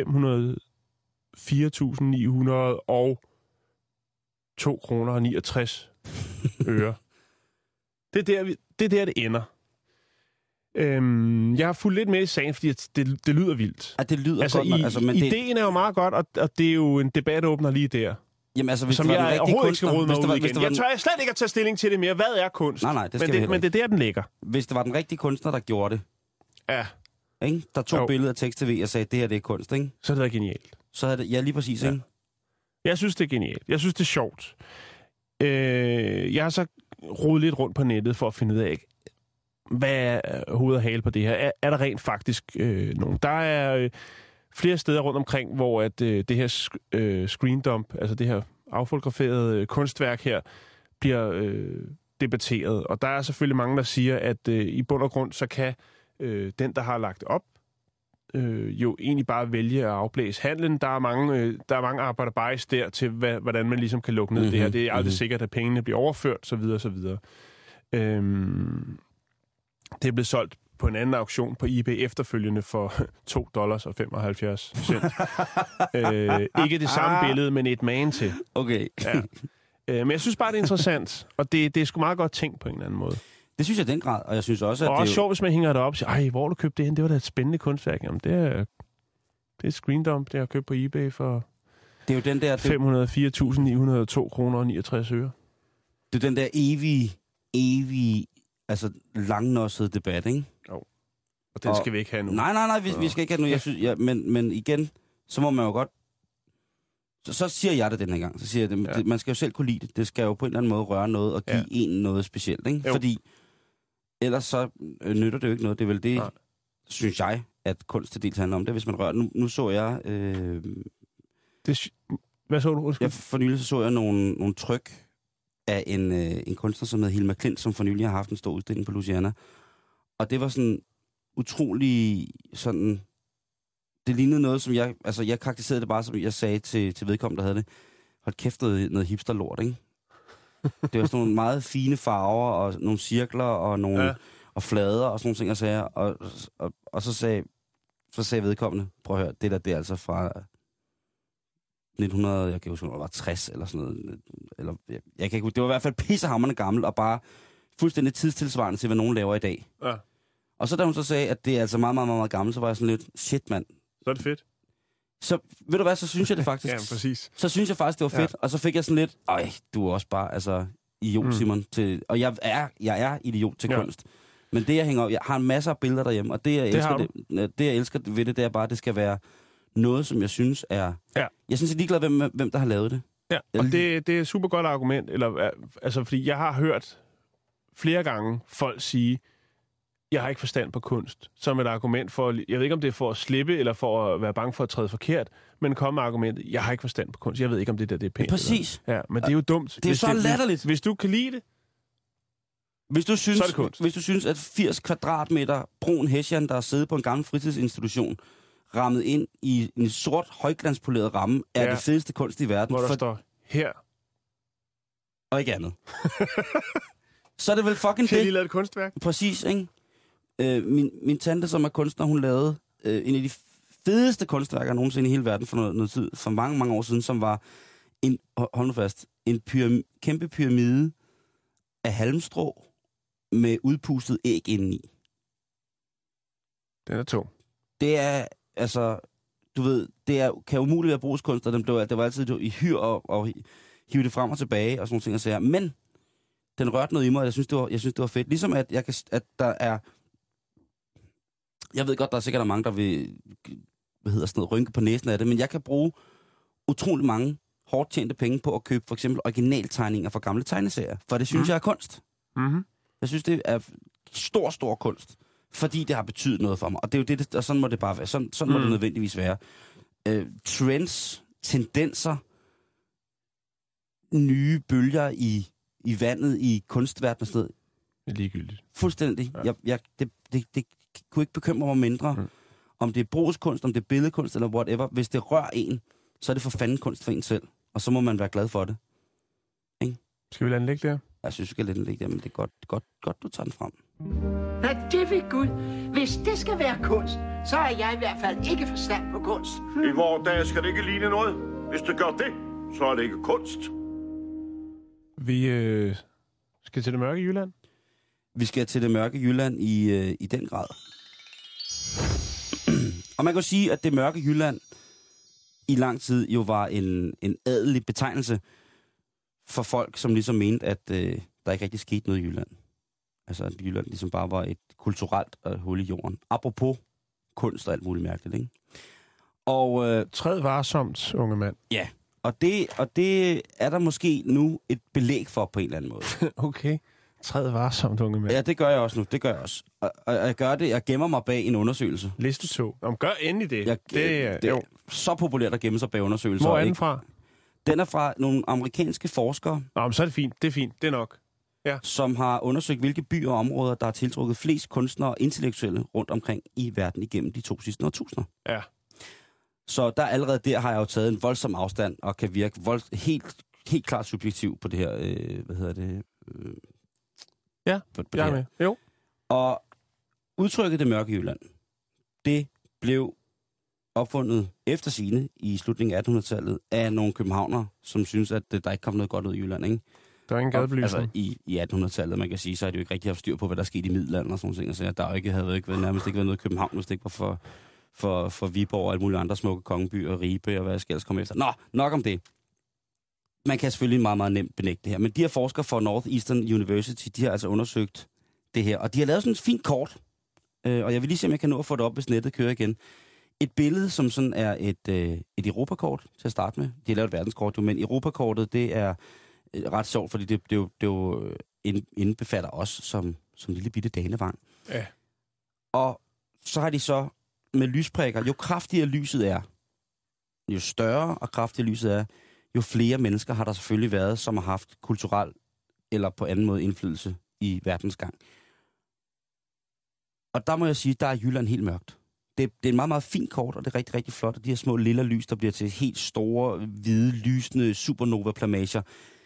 S5: 504.902 kroner og 69 øre. Det er der, det ender. Jeg har fulgt lidt med i sagen, fordi det lyder vildt.
S4: Ja, det lyder godt.
S5: Men ideen er jo meget godt, og det er jo en debatåbner lige der.
S4: Jamen, altså, hvis
S5: som
S4: det var
S5: jeg overhovedet ikke skal rode mig ud igen. Jeg tør slet ikke at tage stilling til det mere. Hvad er kunst?
S4: Nej, det skal
S5: men det er der, den ligger.
S4: Hvis det var den rigtige kunstner, der gjorde det.
S5: Ja.
S4: Ikke? Der tog billeder af tekst-tv og sagde, det her det er kunst, ikke?
S5: Så er det da genialt.
S4: Så havde det, ja, lige præcis, ikke?
S5: Jeg synes, det er genialt. Jeg synes, det er sjovt. Jeg har så rodet lidt rundt på nettet for at finde ud af, hvad er hoved og hale på det her? Er der rent faktisk nogen? Der er flere steder rundt omkring, hvor at, det her screen dump, altså det her affotograferede kunstværk her, bliver debatteret. Og der er selvfølgelig mange, der siger, at i bund og grund, så kan den, der har lagt op, jo egentlig bare vælge at afblæse handlen. Der er mange arbejderbejs der til, hvordan man ligesom kan lukke ned det her. Det er aldrig sikkert, at pengene bliver overført, så videre, så videre. Det er blevet solgt på en anden auktion på eBay efterfølgende for $2.75. Ikke det samme billede, men et man til.
S4: Okay.
S5: Ja. Men jeg synes bare, det er interessant, og det er sgu meget godt tænkt på en eller anden måde.
S4: Det synes jeg i den grad, og jeg synes også, at
S5: og det er også sjovt, hvis man hænger det op og siger, ej, hvor har du købt det hen? Det var da et spændende kunstværk. Jamen, det er et screen dump, det har jeg købt på eBay for
S4: det er jo den der
S5: 504.902 kroner og 69 øre.
S4: Det er den der evige, altså langnossede debat, ikke?
S5: Jo. Og den skal vi ikke have nu.
S4: Nej, vi skal ikke have nu. Jeg synes, men igen, så må man jo godt. Så siger jeg det den her gang. Så siger jeg det, man skal jo selv kunne lide det. Det skal jo på en eller anden måde røre noget og give en noget specielt, ikke? Jo. Fordi ellers så nytter det jo ikke noget. Det er vel det, synes jeg, at kunst til dels handler om det, hvis man rører. Nu så jeg.
S5: Hvad så du?
S4: For nylig så jeg nogle tryk af en kunstner, som hedder Hilma Klint, som for nylig har haft en stor udstilling på Louisiana. Og det var sådan utrolig sådan. Det lignede noget, som jeg karakteriserede det bare, som jeg sagde til vedkommende, der havde det. Hold kæft, noget hipsterlort, ikke? Det var sådan nogle meget fine farver, og nogle cirkler, og nogle og flader, og sådan nogle ting, jeg sagde. Og så sagde vedkommende, prøv at høre, det er altså fra 1900, jeg kan huske, det var 60 eller sådan noget. Eller, jeg kan ikke, det var i hvert fald pissehamrende gammel, og bare fuldstændig tidstilsvarende til, hvad nogen laver i dag. Ja. Og så da hun så sagde, at det er altså meget, meget, meget gammelt, så var jeg sådan lidt, shit mand.
S5: Så er det fedt.
S4: Så ved du hvad, så synes jeg det faktisk.
S5: Ja, præcis.
S4: Så synes jeg faktisk, det var fedt, og så fik jeg sådan lidt, du er også bare, altså, idiot, Simon. Og jeg er idiot til kunst. Men det, jeg hænger op, jeg har en masse af billeder derhjemme, og det, jeg elsker ved det, det er bare, at det skal være noget, som jeg synes er. Ja. Jeg synes, jeg er ligeglad, hvem der har lavet det.
S5: Ja, og det er et super godt argument, altså, fordi jeg har hørt flere gange folk sige, jeg har ikke forstand på kunst, som et argument for, jeg ved ikke, om det er for at slippe, eller for at være bange for at træde forkert, men komme med argumentet, jeg har ikke forstand på kunst, jeg ved ikke, om det der det er pænt.
S4: Præcis.
S5: Ja, men det er jo dumt.
S4: Det er så latterligt.
S5: Hvis du kan lide det,
S4: hvis du synes,
S5: så er det kunst.
S4: Hvis du synes, at 80 kvadratmeter brun hessian, der er siddet på en gammel fritidsinstitution, rammet ind i en sort, højglanspoleret ramme, er det fedeste kunst i verden.
S5: Hvor der står her.
S4: Og ikke andet. Så er det vel fucking det.
S5: Kan lige lave et kunstværk?
S4: Præcis, ikke? Min tante, som er kunstner, hun lavede en af de fedeste kunstværker nogensinde i hele verden for noget tid, for mange, mange år siden, som var hold nu fast, en kæmpe pyramide af halmstrå med udpustet æg indeni.
S5: Den er tung.
S4: Det er, altså, du ved, kan umuligt være brugskunst, og det var altid i hyr og hive det frem og tilbage og sådan nogle ting, og sager. Men den rørte noget i mig, og jeg synes, det var fedt. Ligesom at der er Jeg ved godt, der er sikkert mange, der vil rynke på næsen af det, men jeg kan bruge utrolig mange hårdt tjente penge på at købe for eksempel originaltegninger fra gamle tegneserier, for det synes jeg er kunst.
S5: Mm-hmm.
S4: Jeg synes, det er stor kunst, fordi det har betydet noget for mig. Og det er jo det, og sådan må det bare være. Sådan må det nødvendigvis være. Trends, tendenser, nye bølger i vandet, i kunstverdenen og sådan noget.
S5: Det er ligegyldigt.
S4: Fuldstændig. Ja. Det kunne ikke bekymre mig mindre, om det er brugskunst, om det er billedkunst eller whatever. Hvis det rører en, så er det for fanden kunst for en selv. Og så må man være glad for det. Ikke?
S5: Skal vi lade den ligge der?
S4: Jeg synes, vi skal lade den ligge der, men det er godt du tager den frem.
S6: Ja, det ved Gud. Hvis det skal være kunst, så er jeg i hvert fald ikke forstand på kunst.
S7: I vore dage skal det ikke ligne noget. Hvis det gør det, så er det ikke kunst.
S5: Vi skal til det mørke Jylland.
S4: Vi skal til det mørke Jylland i den grad. Og man kan sige, at det mørke Jylland i lang tid jo var en adelig betegnelse for folk, som ligesom mente, at der ikke rigtig skete noget i Jylland. Altså, at Jylland ligesom bare var et kulturelt hul i jorden. Apropos kunst og alt muligt mærkeligt, ikke? Og
S5: træd varsomt, unge mand.
S4: Ja, og det er der måske nu et belæg for på en eller anden måde.
S5: Okay. Træd varsomt, unge mand.
S4: Ja, det gør jeg også nu. Det gør jeg også. Og jeg gør det. Jeg gemmer mig bag en undersøgelse.
S5: Liste 2. Gør endelig det.
S4: Det er så populært at gemme sig bag undersøgelser.
S5: Hvor er den fra?
S4: Den er fra nogle amerikanske forskere.
S5: Nå, men så er det fint. Det er fint. Det er nok. Ja.
S4: Som har undersøgt, hvilke byer og områder, der har tiltrukket flest kunstnere og intellektuelle rundt omkring i verden igennem de 2 sidste årtusinder.
S5: Ja.
S4: Så der allerede der har jeg jo taget en voldsom afstand og kan virke helt klart subjektiv på det her,
S5: Ja, jeg er med. Jo.
S4: Og udtrykket det mørke Jylland, det blev opfundet efter sigende i slutningen af 1800-tallet af nogle københavnere, som synes, at der ikke kom noget godt ud i Jylland, ikke?
S5: Der er ingen gadebelysning.
S4: Altså i 1800-tallet, man kan sige, så er det jo ikke rigtig haft styr på, hvad der skete i middelalderen og sådan noget. Så der havde jo ikke været, nærmest ikke været noget i København, hvis det ikke var for Viborg og alle mulige andre smukke kongebyer og Ribe og hvad skal ellers komme efter. Nå, nok om det. Man kan selvfølgelig meget, meget nemt benægte det her. Men de her forskere fra Northeastern University, de har altså undersøgt det her. Og de har lavet sådan et fint kort. Og jeg vil lige se, om jeg kan nå at få det op, hvis nettet kører igen. Et billede, som sådan er et Europakort til at starte med. De har lavet et verdenskort jo, men Europakortet, det er ret sjovt, fordi det jo indbefatter os som lille bitte danevang.
S5: Ja.
S4: Og så har de så med lysprikker, jo kraftigere lyset er, jo større og kraftigere lyset er, jo flere mennesker har der selvfølgelig været, som har haft kulturel eller på anden måde indflydelse i verdens gang. Og der må jeg sige, der er Jylland helt mørkt. Det er en meget, meget fin kort, og det er rigtig, rigtig flot. Og de her små lille lys, der bliver til helt store, hvide, lysende supernova-plamager.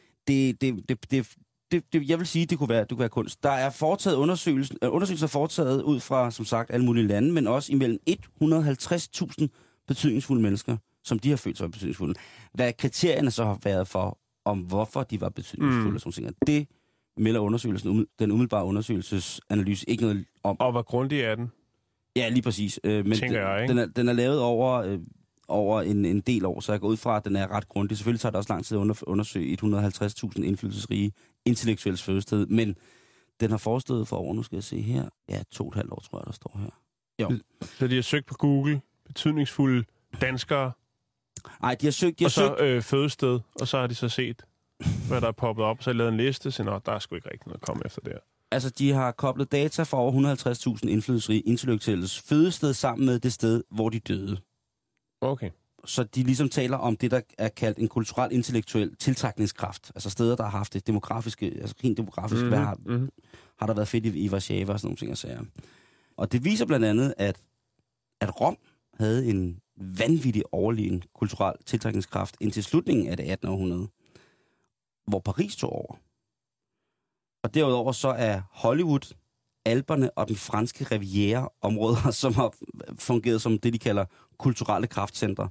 S4: Jeg vil sige, det kunne være kunst. Der er foretaget undersøgelser foretaget ud fra, som sagt, alle mulige lande, men også imellem 150.000 betydningsfulde mennesker, som de har følt sig betydningsfulde. Hvad kriterierne så har været for, om hvorfor de var betydningsfulde, og sådan noget, det melder undersøgelsen, den umiddelbare undersøgelsesanalyse ikke noget om.
S5: Og hvor grundig er den?
S4: Ja, lige præcis. Men den er lavet over en del år, så jeg går ud fra, at den er ret grundig. Selvfølgelig tager det også lang tid at undersøge 150.000 indflydelsesrige intellektuelles fødested, men den har forestået for over, nu skal jeg se her, 2,5 år, tror jeg, der står her. Jo.
S5: Så de har søgt på Google, betydningsfulde danskere,
S4: nej, de har søgt...
S5: fødested, og så har de så set, hvad der er poppet op, så har de lavet en liste, så der er sgu ikke rigtig noget at komme efter der.
S4: Altså, de har koblet data fra over 150.000 indflydelsesrige intellektuelles fødested sammen med det sted, hvor de døde.
S5: Okay.
S4: Så de ligesom taler om det, der er kaldt en kulturel intellektuel tiltrækningskraft. Altså steder, der har haft det demografiske, altså rent demografisk, hvad har der været fedt i Warszawa og sådan nogle ting, jeg siger. Og det viser blandt andet, at Rom havde en vanvittig overlegen kulturel tiltrækningskraft indtil slutningen af det 18. århundrede, hvor Paris tog over. Og derudover så er Hollywood, Alperne og den franske Riviera områder, som har fungeret som det, de kalder kulturelle kraftcentre.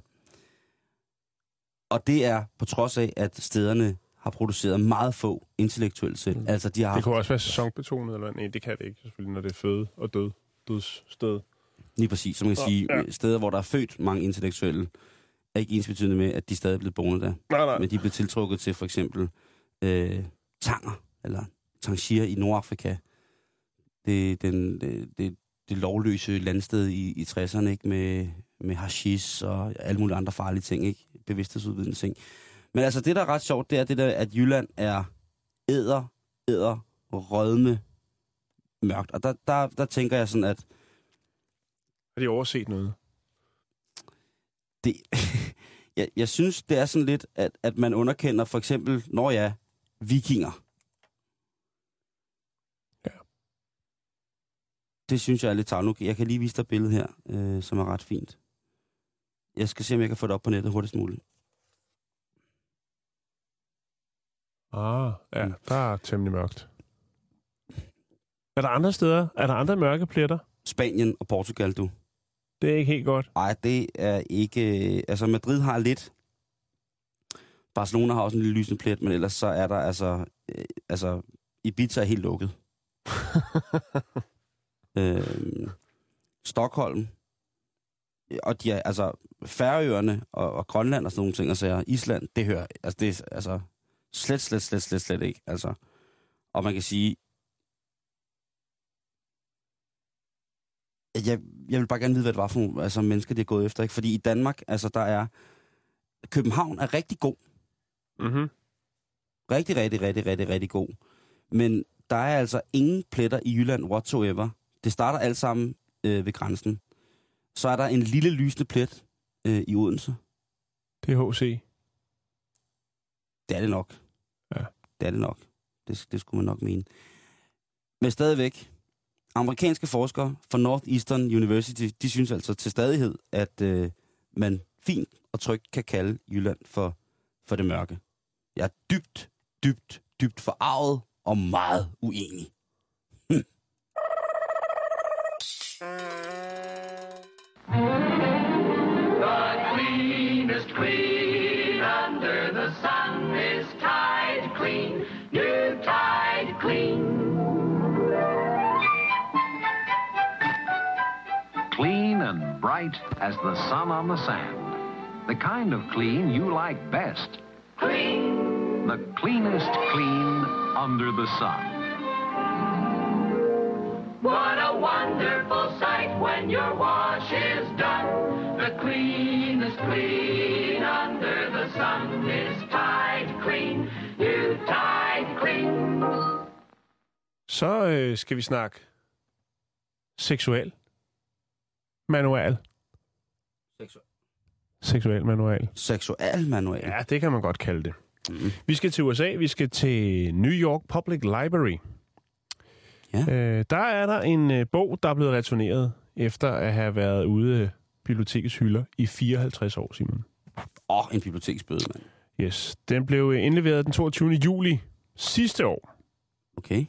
S4: Og det er på trods af, at stederne har produceret meget få intellektuelle selv. Altså, de har
S5: det kunne også være sæsonbetonet, eller nej, det kan det ikke, selvfølgelig, når det er føde og dødssted.
S4: Lige præcis, som man kan sige, steder, hvor der er født mange intellektuelle, er ikke ensbetydende med, at de stadig er blevet boende der.
S5: Nej.
S4: Men de er blevet tiltrukket til for eksempel Tanger, eller Tangier i Nordafrika. Det det lovløse landsted i 60'erne, ikke? Med hashish og alle mulige andre farlige ting, ikke? Bevidsthedsudvidende ting. Men altså, det der er ret sjovt, det er det der, at Jylland er rødme mørkt. Og der tænker jeg sådan, at...
S5: Har de overset noget?
S4: Det, jeg synes, det er sådan lidt, at man underkender for eksempel, vikinger.
S5: Ja.
S4: Det synes jeg er lidt tavligt. Jeg kan lige vise dig billedet her, som er ret fint. Jeg skal se, om jeg kan få det op på nettet hurtigst muligt.
S5: Ja, der er temmelig mørkt. Er der andre steder? Er der andre mørke pletter?
S4: Spanien og Portugal, du.
S5: Det er ikke helt godt.
S4: Nej, det er ikke... Altså, Madrid har lidt. Barcelona har også en lille lysende plet, men ellers så er der altså Ibiza er helt lukket. Stockholm. Og de er, altså, Færøerne og Grønland og sådan nogle ting, og så Island, det hører... Altså, det er altså slet ikke. Altså, og man kan sige... Jeg vil bare gerne vide, hvad det var for mennesker, de er gået efter. Ikke? Fordi i Danmark, altså der er... København er rigtig god.
S5: Mhm.
S4: Rigtig god. Men der er altså ingen pletter i Jylland whatsoever. Det starter alt sammen ved grænsen. Så er der en lille lysende plet i Odense.
S5: Det er HC.
S4: Det er det nok.
S5: Ja.
S4: Det er det nok. Det skulle man nok mene. Men stadigvæk... Amerikanske forskere fra Northeastern University, de synes altså til stadighed, at man fint og trygt kan kalde Jylland for det mørke. Jeg er dybt forarvet og meget uenig.
S6: The cleanest clean under the sun is Tide Clean, new Tide Clean.
S8: Clean and bright as the sun on the sand. The kind of clean you like best.
S6: Clean.
S8: The cleanest clean under the sun.
S6: What a wonderful sight when your wash is done. The cleanest clean under the sun is Tide Clean, new Tide Clean.
S5: Så skal vi snakke seksuel manual. Seksuel manual.
S4: Seksuel manual?
S5: Ja, det kan man godt kalde det. Vi skal til USA. Vi skal til New York Public Library.
S4: Ja.
S5: Der er der en bog, der er blevet returneret efter at have været ude af bibliotekets hylder i 54 år, Simon.
S4: En biblioteksbøde, mand.
S5: Yes. Den blev indleveret den 22. juli sidste år.
S4: Okay.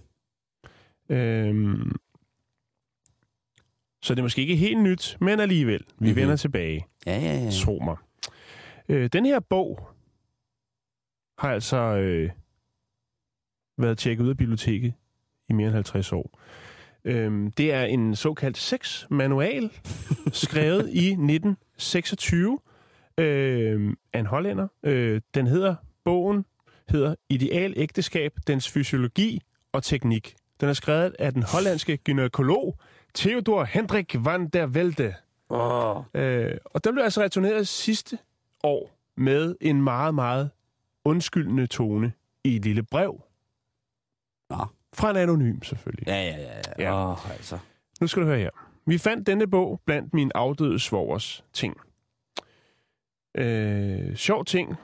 S5: Så det er måske ikke helt nyt, men alligevel. Vi vender tilbage.
S4: Ja.
S5: Tro mig. Den her bog har altså været tjekket ud af biblioteket i mere end 50 år. Det er en såkaldt sexmanual, skrevet i 1926 af en hollænder. Bogen hedder Ideal ægteskab, dens fysiologi og teknik. Den er skrevet af den hollandske gynækolog Theodor Hendrik van der Velde. Og den blev altså returneret sidste år med en meget, meget undskyldende tone i et lille brev. Fra en anonym, selvfølgelig.
S4: Ja. Altså.
S5: Nu skal du høre her. Vi fandt denne bog blandt min afdøde svogers ting. Sjov ting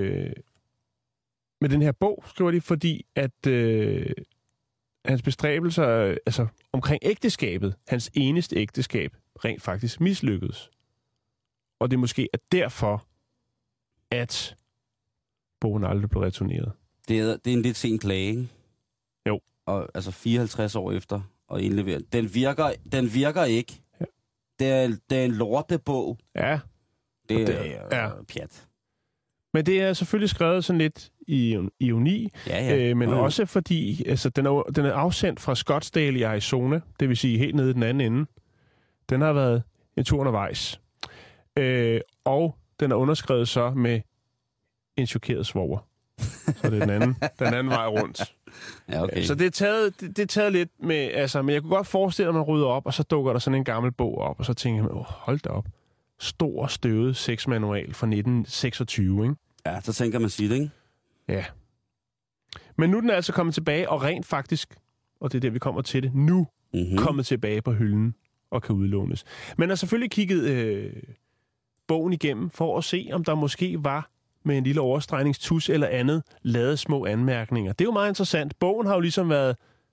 S5: med den her bog, skriver de, fordi at hans bestræbelser omkring ægteskabet, hans eneste ægteskab, rent faktisk mislykkedes. Og det er måske derfor, at bogen aldrig blev returneret.
S4: Det er en lidt sen klage, ikke?
S5: Jo.
S4: Og altså 54 år efter at indlevere. Den virker ikke.
S5: Ja.
S4: Det er en lortebog.
S5: Ja.
S4: Det er pjat.
S5: Men det er selvfølgelig skrevet sådan lidt i ironi, men også fordi den er afsendt fra Scottsdale i Arizona, det vil sige helt nede i den anden ende. Den har været en tur undervejs. Og den er underskrevet så med en chokeret svoger. Så det er den anden vej rundt.
S4: Ja, okay.
S5: Så det er taget lidt med... Altså, men jeg kunne godt forestille mig, at man rydder op, og så dukker der sådan en gammel bog op, og så tænker man, hold da op. Stor, støvet sexmanual fra 1926, ikke?
S4: Ja, så tænker man sige det, ikke?
S5: Ja. Men nu er den altså kommet tilbage, og rent faktisk, og det er der, vi kommer til det, nu kommet tilbage på hylden og kan udlånes. Men har selvfølgelig kigget bogen igennem for at se, om der måske var med en lille overstregningstus eller andet lavet små anmærkninger. Det er jo meget interessant. Bogen har jo ligesom været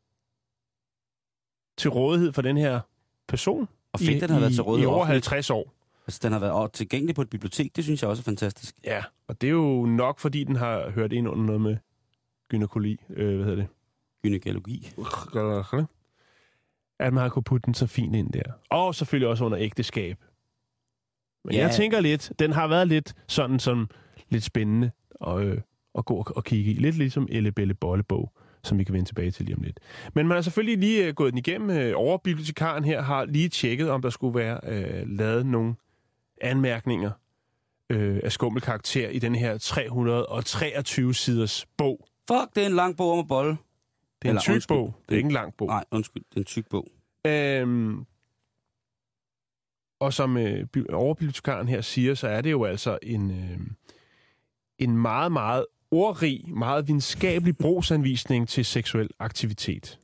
S5: til rådighed for den her person
S4: og fedt, den har været til rådighed
S5: i over 50 år.
S4: Altså, den har været tilgængelig på et bibliotek. Det synes jeg også er fantastisk.
S5: Ja, og det er jo nok, fordi den har hørt ind under noget med gynækologi. Hvad hedder det?
S4: Gynækologi.
S5: At man har kunnet putte den så fint ind der. Og selvfølgelig også under ægteskab. Men jeg tænker lidt, den har været lidt sådan som lidt spændende at gå og kigge i. Lidt ligesom Elle Belle Bolle-bog, som vi kan vende tilbage til lige om lidt. Men man har selvfølgelig lige gået den igennem. Overbibliotekaren her har lige tjekket, om der skulle være lavet nogle anmærkninger af skummel karakter i den her 323-siders bog.
S4: Fuck, det er en lang bog om at bolle.
S5: Det er en tyk bog. Det er ikke en lang bog.
S4: Nej, undskyld. Det er en tyk bog.
S5: Og som overbibliotekaren her siger, så er det jo altså en meget, meget ordrig, meget videnskabelig brugsanvisning til seksuel aktivitet.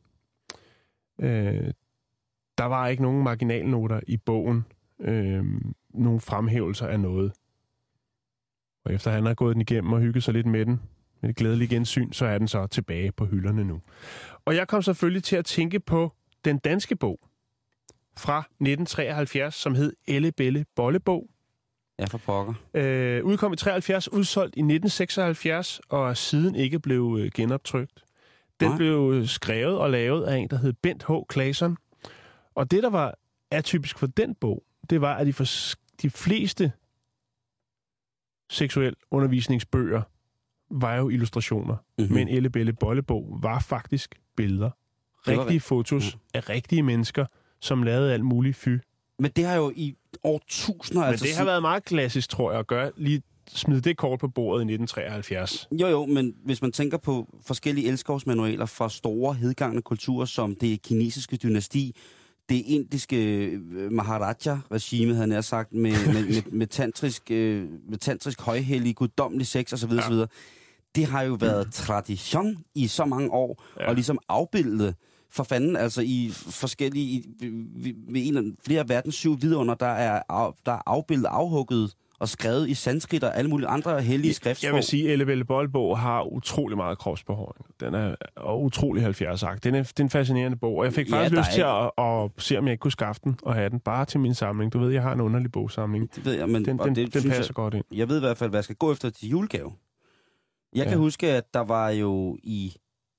S5: Der var ikke nogen marginalnoter i bogen. Nogle fremhævelser af noget. Og efter han har gået den igennem og hygget sig lidt med den, med det glædelige gensyn, så er den så tilbage på hylderne nu. Og jeg kom selvfølgelig til at tænke på den danske bog fra 1973, som hed Elle Belle Bolle-bog.
S4: Ja, for pokker.
S5: Udkom i 73, udsolgt i 1976, og er siden ikke blev genoptrykt. Den blev skrevet og lavet af en, der hed Bent H. Claesson. Og det, der var atypisk for den bog, det var, at de fleste seksuel undervisningsbøger var jo illustrationer. Men Elle Belle Bolle-bog var faktisk billeder. Rigtige fotos af rigtige mennesker, som lavede alt muligt fy.
S4: Men det har jo i årtusinder...
S5: Men det har været meget klassisk, tror jeg, at gøre. Lige smide det kort på bordet i 1973.
S4: Jo, men hvis man tænker på forskellige elskovsmanualer fra store, hedgangne kulturer, som det kinesiske dynasti, det indiske Maharaja-regime, havde jeg sagt, med tantrisk højhellig, guddommelig sex osv. osv. Det har jo været tradition i så mange år, og ligesom afbildet for fanden, altså i forskellige, ved en af flere af verdens 7 vidunder, der er afbildet, afhugget og skrevet i sanskrit og alle mulige andre hellige skriftsprog.
S5: Jeg vil sige, at Elle Belle Bolle-bog har utrolig meget kropsbehåring. Den er utrolig 70'er. Det er en fascinerende bog, og jeg fik faktisk lyst til at se, om jeg ikke kunne skaffe den og have den bare til min samling. Du ved, jeg har en underlig bogsamling.
S4: Det ved jeg, men
S5: den passer godt ind.
S4: Jeg ved i hvert fald, hvad jeg skal gå efter til julegave. Jeg kan huske, at der var jo i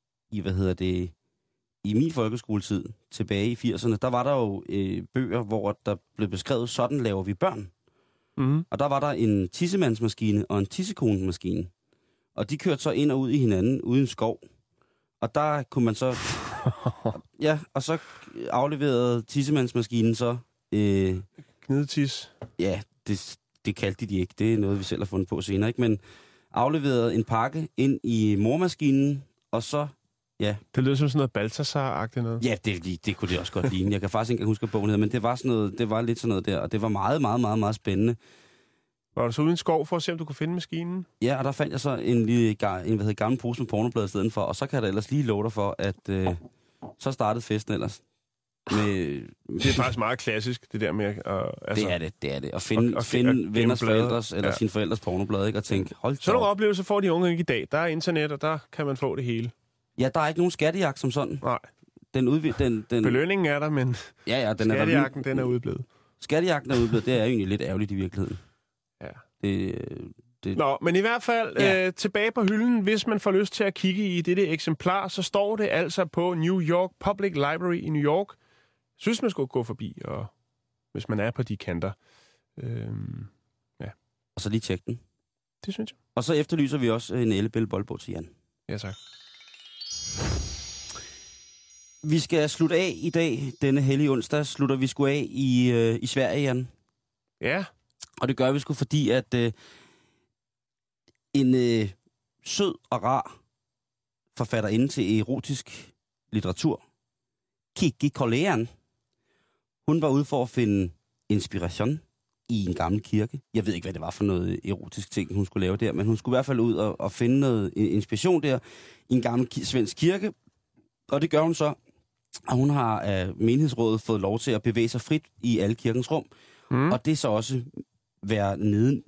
S4: min folkeskoletid, tilbage i 80'erne, der var der jo bøger, hvor der blev beskrevet, sådan laver vi børn. Og der var der en tissemandsmaskine og en tissekonemaskine. Og de kørte så ind og ud i hinanden uden skov. Og der kunne man så... ja, og så afleverede tissemandsmaskinen så...
S5: Knidetis?
S4: Ja, det kaldte de ikke. Det er noget, vi selv har fundet på senere, ikke? Men afleverede en pakke ind i mormaskinen, og så... Ja.
S5: Det lød som sådan noget Balthasar-agtigt noget.
S4: Ja, det kunne det også godt ligne. Jeg kan faktisk ikke huske bogen, men det var sådan noget, det var lidt sådan noget der, og det var meget, meget, meget, meget spændende.
S5: Var du så ude i en skov for at se, om du kunne finde maskinen?
S4: Ja, og der fandt jeg så en gammel pose med pornoblad i stedet for, og så kan jeg da ellers lige love dig for, at så startede festen ellers. Det
S5: er faktisk meget klassisk, det der med...
S4: Altså, det er det. At finde venners forældres, eller sine forældres pornoblad, ikke? Og tænke, hold da.
S5: Så nogle oplevelser får de unge ikke i dag. Der er internet, og der kan man få det hele.
S4: Ja, der er ikke nogen skattejagt som sådan.
S5: Nej.
S4: Den
S5: belønningen er der, men
S4: ja,
S5: skattejagten, den er udeblevet.
S4: Skattejagten er udeblevet, det er jo egentlig lidt ærgerligt i virkeligheden.
S5: Ja. Nå, men i hvert fald tilbage på hylden, hvis man får lyst til at kigge i dette eksemplar, så står det altså på New York Public Library i New York. Synes man skulle gå forbi, og hvis man er på de kanter.
S4: Og så lige tjekke den.
S5: Det synes jeg.
S4: Og så efterlyser vi også en Elle Belle Bolle-bog til Jan.
S5: Ja, tak.
S4: Vi skal slutte af i dag, denne hellige onsdag, slutter vi sgu af i Sverige, Jan.
S5: Ja.
S4: Og det gør vi sgu fordi, at en sød og rar forfatterinde til erotisk litteratur, Kikki Kolean. Hun var ude for at finde inspiration i en gammel kirke. Jeg ved ikke, hvad det var for noget erotisk ting, hun skulle lave der, men hun skulle i hvert fald ud og finde noget inspiration der i en gammel svensk kirke. Og det gør hun så, og hun har af menighedsrådet fået lov til at bevæge sig frit i alle kirkens rum. Og det så også være nede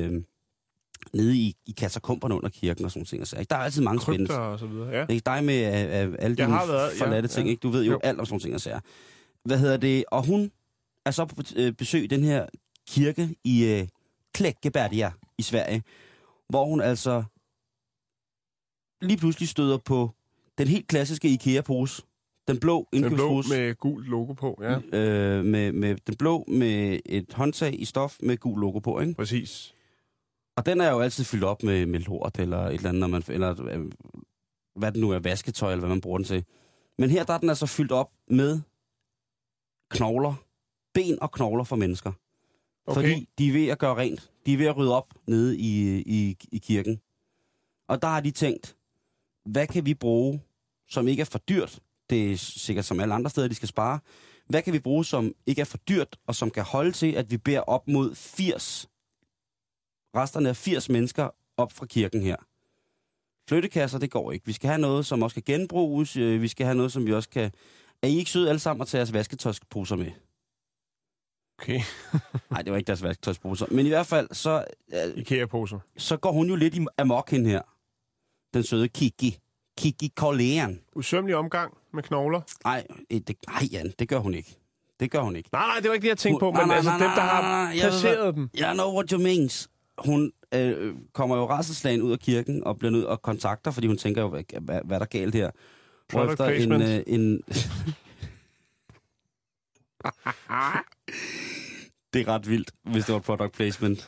S4: i katakomberne under kirken og sådan ting. Altså, der er altid mange spændende.
S5: Krypter og så videre, ja.
S4: Det er dig med alle de forladte ting, ikke? Du ved jo alt om sådan ting, altså. Hvad hedder det? Og hun er så på besøg i den her kirke i Kläckeberga i Sverige, hvor hun altså lige pludselig støder på den helt klassiske IKEA-pose. Den blå indkøbspose.
S5: Den blå med gul logo på, ja.
S4: Med den blå med et håndtag i stof med gul logo på, ikke?
S5: Præcis.
S4: Og den er jo altid fyldt op med lort eller et eller andet, eller hvad det nu er, vasketøj eller hvad man bruger den til. Men her der er den altså fyldt op med knogler, ben og knogler for mennesker. Okay. Fordi de er ved at gøre rent. De er ved at rydde op nede i kirken. Og der har de tænkt, hvad kan vi bruge, som ikke er for dyrt? Det er sikkert som alle andre steder, de skal spare. Hvad kan vi bruge, som ikke er for dyrt, og som kan holde til, at vi bærer op mod resterne af 80 mennesker op fra kirken her? Flyttekasser, det går ikke. Vi skal have noget, som også kan genbruges. Vi skal have noget, som vi også kan... Er I ikke søde alle sammen at tage jeres vasketøjsposer med?
S5: Okay.
S4: Nej, det var ikke deres vasketøjsposer. Men i hvert fald, så...
S5: IKEA-poser.
S4: Så går hun jo lidt amok hende her. Den søde Kikki Kolean.
S5: Usømmelig omgang med knogler?
S4: Nej, Jan, det gør hun ikke. Det gør hun ikke.
S5: Nej, det var ikke det, jeg tænkte på, men dem, der har placeret dem.
S4: I know what you means. Hun kommer jo rædselsslagen ud af kirken og bliver nødt og kontakter, fordi hun tænker jo, hvad der galt her.
S5: Product placement.
S4: Det er ret vildt, hvis det var product placement.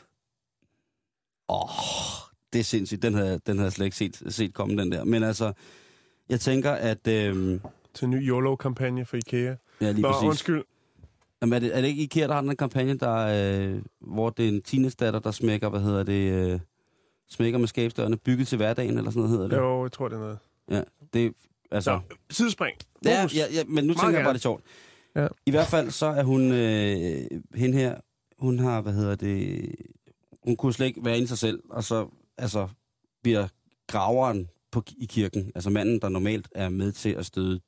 S4: Det er sindssygt. Den havde jeg slet ikke set komme, den der. Men altså, jeg tænker, at...
S5: Til en ny YOLO-kampagne for IKEA.
S4: Ja, lige præcis.
S5: Undskyld.
S4: Jamen, er det ikke IKEA, der har den kampagne, hvor det er en teenage-datter, der smækker, smækker med skabsdørene, bygget til hverdagen, eller sådan noget hedder det?
S5: Jo, jeg tror, det er noget.
S4: Ja, det altså...
S5: Sidespring.
S4: Ja, men nu tænker jeg bare, det er sjovt. Ja. I hvert fald, så er hun, hende her, hun har, hun kunne slet ikke være inde i sig selv, og så bliver graveren i kirken, altså manden, der normalt er med til at støde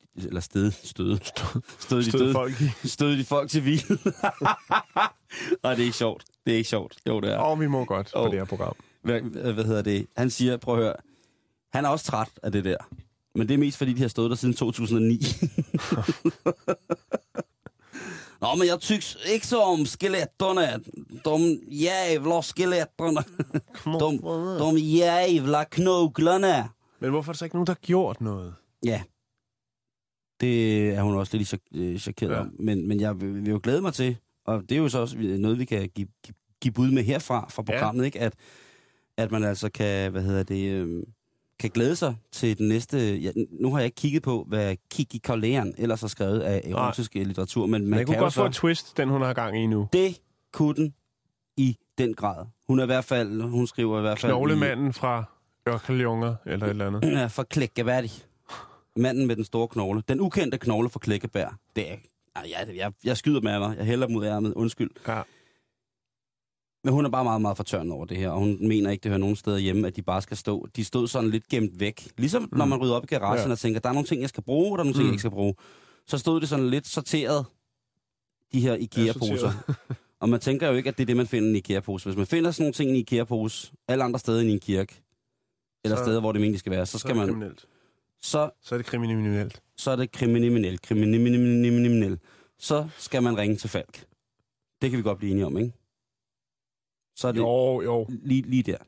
S4: de folk til hvile. Og det er ikke sjovt. Det er ikke sjovt. Jo, det er.
S5: Vi må godt på det her program.
S4: Han siger, prøv at høre, han er også træt af det der. Men det er mest fordi, de har stået der siden 2009. Nå, men jeg tycks ikke så om skeletterne. De jävla skeletterna. De jävla knoglerne.
S5: Men hvorfor er der så ikke nogen, der har gjort noget?
S4: Ja. Det er hun også lidt chokeret om. Men jeg vil jo glæde mig til, og det er jo så også noget, vi kan give bud med herfra fra programmet, ikke? At man altså kan, kan glæde sig til den næste... Ja, nu har jeg ikke kigget på, hvad Kikki Kolean ellers har skrevet af erotisk litteratur, men man
S5: kunne godt få et twist, den hun har gang i nu.
S4: Det kunne den i den grad. Hun skriver i hvert fald...
S5: Knoglemanden fra Ørkeljunger, eller et eller andet.
S4: Ja, fra Kläckeberg. Manden med den store knogle. Den ukendte knogle fra Kläckeberg. Det er... Jeg skyder med mig. Jeg hælder dem ud af ærmet. Undskyld. Ja. Men hun er bare meget, meget fortørnet over det her, og hun mener ikke, det hører nogen steder hjemme, at de bare skal stå. De stod sådan lidt gemt væk. Ligesom når man rydder op i garagen og tænker, der er nogle ting, jeg skal bruge, og der er nogle ting, jeg ikke skal bruge. Så stod det sådan lidt sorteret, de her IKEA-poser. Og man tænker jo ikke, at det er det, man finder i en IKEA-pose. Hvis man finder sådan nogle ting i en IKEA-pose, alle andre steder end i en kirke, eller steder, hvor det egentlig skal være, så skal man...
S5: Kriminelt.
S4: Så
S5: er det kriminelt.
S4: Så er det kriminelt. Så skal man ringe til Falk. Det kan vi godt blive enige om, ikke? Så er det
S5: jo.
S4: Lige der.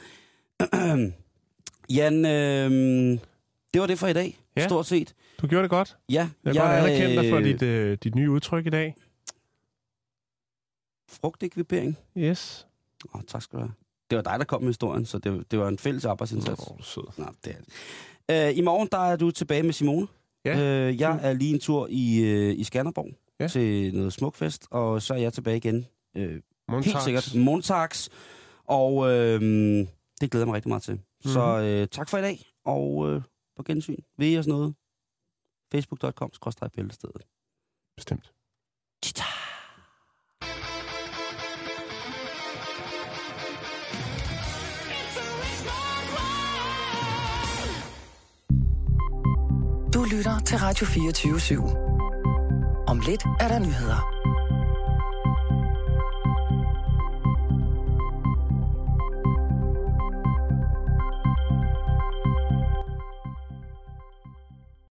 S4: Jan, det var det for i dag, stort set.
S5: Du gjorde det godt.
S4: Ja.
S5: Jeg er godt anerkendt dig for dit nye udtryk i dag.
S4: Frugtekvipering.
S5: Yes.
S4: Tak skal du have. Det var dig, der kom med historien, så det var en fælles arbejdsindsats.
S5: Sød.
S4: Nå, det er det. I morgen, der er du tilbage med Simone. Ja. Jeg er lige en tur i Skanderborg til noget smukfest, og så er jeg tilbage igen. Helt sikkert. Montags. Og det glæder mig rigtig meget til. Så tak for i dag, og på gensyn. Ved I os noget? Facebook.com/bæltestedet.
S5: Bestemt.
S4: Tita!
S3: Du lytter til Radio 24/7. Om lidt er der nyheder.